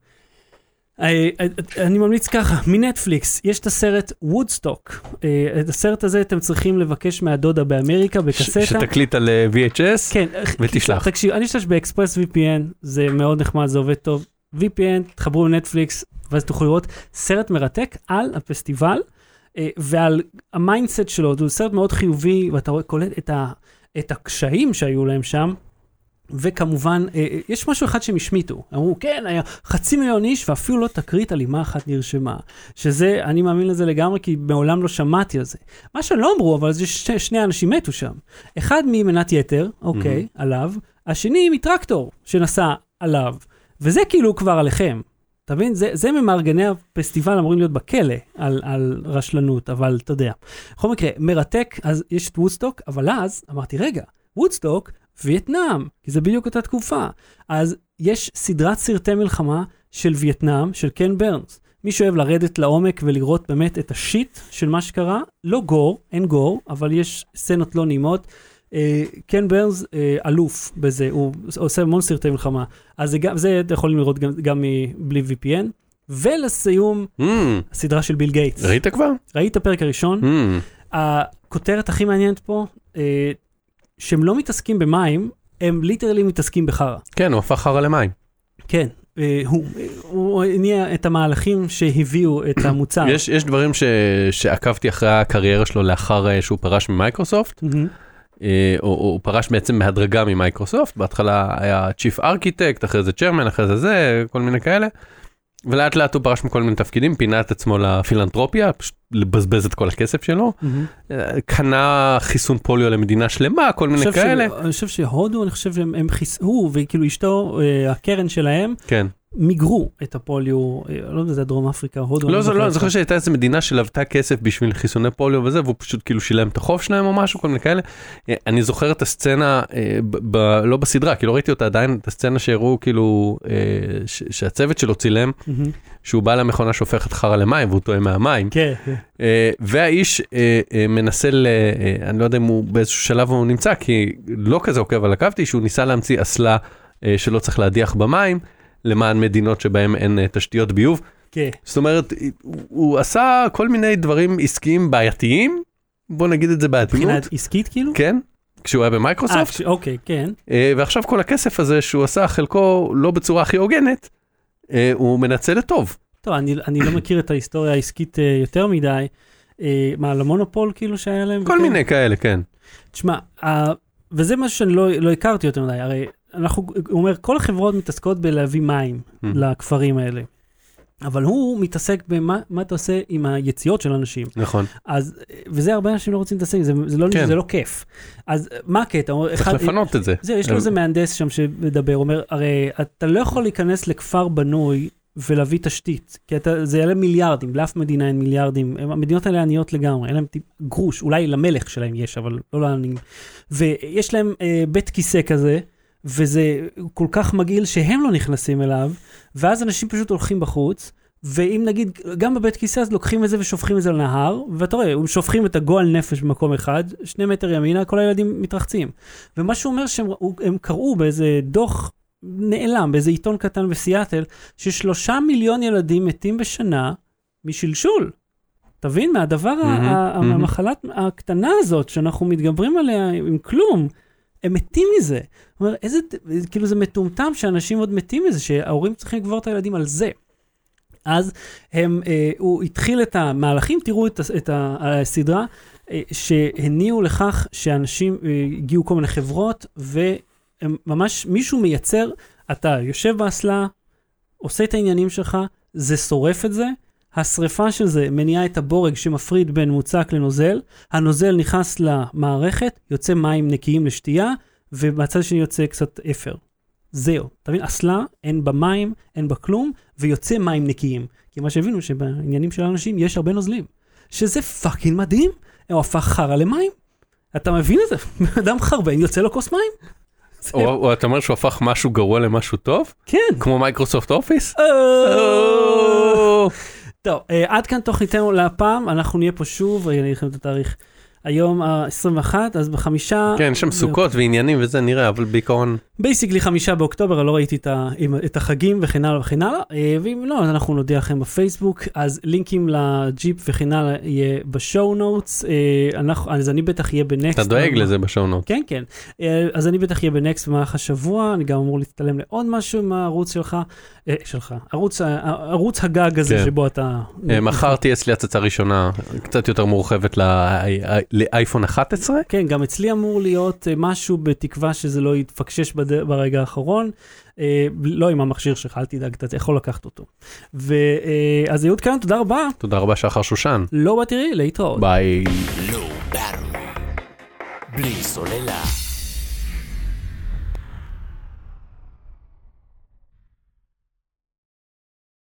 אני ממליץ ככה, מנטפליקס, יש את הסרט וודסטוק. את הסרט הזה אתם צריכים לבקש מהדודה באמריקה, בקסטה. שתקליט על וי אייץ' אס כן, ותשלח. תקשיב, אני חושב באקספרס וי פי אן, זה מאוד נחמד, זה עובד טוב. וי פי אן, תחברו לנטפליקס, ואז תוכלו לראות סרט מרתק על הפסטיבל, ועל המיינדסט שלו, זה סרט מאוד חיובי, ואתה רואה, קולט את, ה, את הקשיים שהיו להם שם, וכמובן, יש משהו אחד שהם השמיטו, אמרו, כן, היה חצי מיליון איש, ואפילו לא תקרית אלימה אחת נרשמה, שזה, אני מאמין לזה לגמרי, כי מעולם לא שמעתי על זה. מה שלא אמרו, אבל זה ש, שני אנשים מתו שם. אחד ממנת יתר, אוקיי, mm-hmm. עליו, השני מטרקטור, שנסע עליו, וזה כאילו כבר עליכם. אתה מבין? זה, זה ממארגני הפסטיבל אמורים להיות בכלא על, על רשלנות, אבל אתה יודע. בכל מקרה, מרתק, אז יש את וודסטוק, אבל אז אמרתי, רגע, וודסטוק, וייטנאם, כי זה בדיוק אותה תקופה. אז יש סדרת סרטי מלחמה של וייטנאם, של קן ברנס. מי שאוהב לרדת לעומק ולראות באמת את השיט של מה שקרה, לא גור, אין גור, אבל יש סצנות לא נעימות, קן ברנס אלוף בזה, הוא עושה המון סרטי מלחמה, אז זה אתם יכולים לראות גם בלי וי פי אן, ולסיום, הסדרה של ביל גייטס. ראית כבר? ראית הפרק הראשון, הכותרת הכי מעניינת פה, שהם לא מתעסקים במים, הם ליטרלי מתעסקים בחרה. כן, הוא הפך חרה למים. כן, הוא הניע את המהלכים שהביאו את המוצר. יש דברים שעקבתי אחרי הקריירה שלו לאחר שהוא פרש ממייקרוסופט, הוא פרש בעצם מהדרגה ממייקרוסופט, בהתחלה היה צ'יף ארכיטקט, אחרי זה צ'רמן, אחרי זה זה, כל מיני כאלה, ולאט לאט הוא פרש מכל מיני תפקידים, פינה את עצמו לפילנטרופיה, פשוט לבזבז את כל הכסף שלו, קנה חיסון פוליו למדינה שלמה, כל מיני כאלה. אני חושב שהודו, אני חושב שהם חיסו, וכאילו אשתו, הקרן שלהם, כן. מיגרו את הפוליו, לא יודע, זה דרום אפריקה, הודו. לא, זה לא, אני זוכר שהייתה איזו מדינה שלבתה כסף בשביל חיסוני פוליו וזה, והוא פשוט כאילו שילם את החוב שלהם או משהו, כל מיני כאלה. אני זוכר את הסצנה, לא בסדרה, כי לא ראיתי אותה עדיין, את הסצנה שהראו כאילו, שהצוות שלו צילם, שהוא בא למכונה שהופכת חרה למים, והוא טועה מהמים. כן. והאיש מנסה, אני לא יודע אם הוא באיזשהו שלב הוא נמצא, כי לא כזה עוקב על עקבתי, שהוא ניסה להמציא אסלה שלא צריך להדיח במים, למען מדינות שבהם אין תשתיות ביוב. כן. זאת אומרת, הוא עשה כל מיני דברים עסקיים בעייתיים, בוא נגיד את זה בעייתיות. מבחינת עסקית כאילו? כן, כשהוא היה במייקרוסופט. אוקיי, כן. ועכשיו כל הכסף הזה שהוא עשה חלקו לא בצורה הכי הוגנת, הוא מנצל לטוב. טוב, אני, אני לא מכיר את ההיסטוריה העסקית יותר מדי. מה, למונופול כאילו שהיה להם? כל מיני כאלה, כן. תשמע, וזה משהו שאני לא, לא הכרתי יותר מדי, הרי אנחנו, הוא אומר, כל החברות מתעסקות בלהביא מים לכפרים האלה. אבל הוא מתעסק במה מה אתה עושה עם היציאות של אנשים. נכון. אז, וזה הרבה אנשים לא רוצים להתעסק, זה, זה, לא, כן. זה לא כיף. אז מה הקטע? צריך אחד, לפנות את זה. זה. יש לו איזה מהנדס שם שמדבר, אומר, הרי אתה לא יכול להיכנס לכפר בנוי ולהביא תשתית, כי אתה, זה יעלה מיליארדים, לאף מדינה אין מיליארדים, המדינות האלה עניות לגמרי, אין להם גרוש, אולי למלך שלהם יש, אבל לא לעניים. ויש להם אה, בית כיסא כזה, וזה כל כך מגעיל שהם לא נכנסים אליו, ואז אנשים פשוט הולכים בחוץ, ואם נגיד, גם בבית כיסא, אז לוקחים את זה ושופכים את זה לנהר, ואתה רואה, הם שופכים את הגועל נפש במקום אחד, שני מטר ימינה, כל הילדים מתרחצים. ומה שהוא אומר שהם הם קראו באיזה דוח נעלם, באיזה עיתון קטן בסיאטל, ששלושה מיליון ילדים מתים בשנה משלשול. תבין, מהדבר, mm-hmm, המחלת הקטנה הזאת, שאנחנו מתגברים עליה עם כלום, הם מתים מזה. זאת אומרת, איזה, כאילו זה מטומטם שאנשים עוד מתים מזה, שההורים צריכים לגבור את הילדים על זה. אז הם, אה, הוא התחיל את המהלכים, תראו את, את הסדרה, אה, שהניעו לכך שאנשים אה, הגיעו כל מיני חברות, וממש מישהו מייצר, אתה יושב באסלה, עושה את העניינים שלך, זה שורף את זה, השריפה של זה מניעה את הבורג שמפריד בין מוצק לנוזל, הנוזל נכנס למערכת, יוצא מים נקיים לשתייה, ובצד השני יוצא קצת אפר. זהו, אתה מבין? אסלה, אין בה מים, אין בה כלום, ויוצא מים נקיים. כי מה שהבינו שבעניינים של האנשים יש הרבה נוזלים. שזה פאקינג מדהים, הוא הפך חרה למים. אתה מבין את זה? אדם חרבן יוצא לו כוס מים. או אתה אומר שהוא הפך משהו גרוע למשהו טוב? כן. כמו מייקרוסופט אופיס? טוב, עד כאן תוכניתנו להפעם, אנחנו נהיה פה שוב, אני אגיד לכם את התאריך. היום ה-עשרים ואחת, אז בחמישה... כן, שם סוכות ועניינים וזה נראה, אבל בעיקרון... בייסיקלי חמישה באוקטובר, לא ראיתי את החגים וכן הלאה וכן הלאה, ואם לא, אז אנחנו נודיע לכם בפייסבוק, אז לינקים לג'יפ וכן הלאה יהיה בשואו נוטס, אז אני בטח יהיה בנקסט. אתה דואג לזה בשואו נוטס. כן, כן. אז אני בטח יהיה בנקסט במהלך השבוע, אני גם אמור להתעלם לעוד משהו מהערוץ שלך, שלך, ערוץ הגג הזה שבו אתה... מחר תהיה אצלי הצצה ראשונה, קצת יותר מורחבת לאייפון אחת עשרה. כן, גם אצלי אמור להיות משהו בתקווה שזה לא יתפקשש ברגע האחרון, לא עם המכשיר שלך, אל תדאג, אתה יכול לקחת אותו. אז יהוד כאן, תודה רבה. תודה רבה שחר שושן. לא בתראי, להתראות. ביי. בלי סוללה.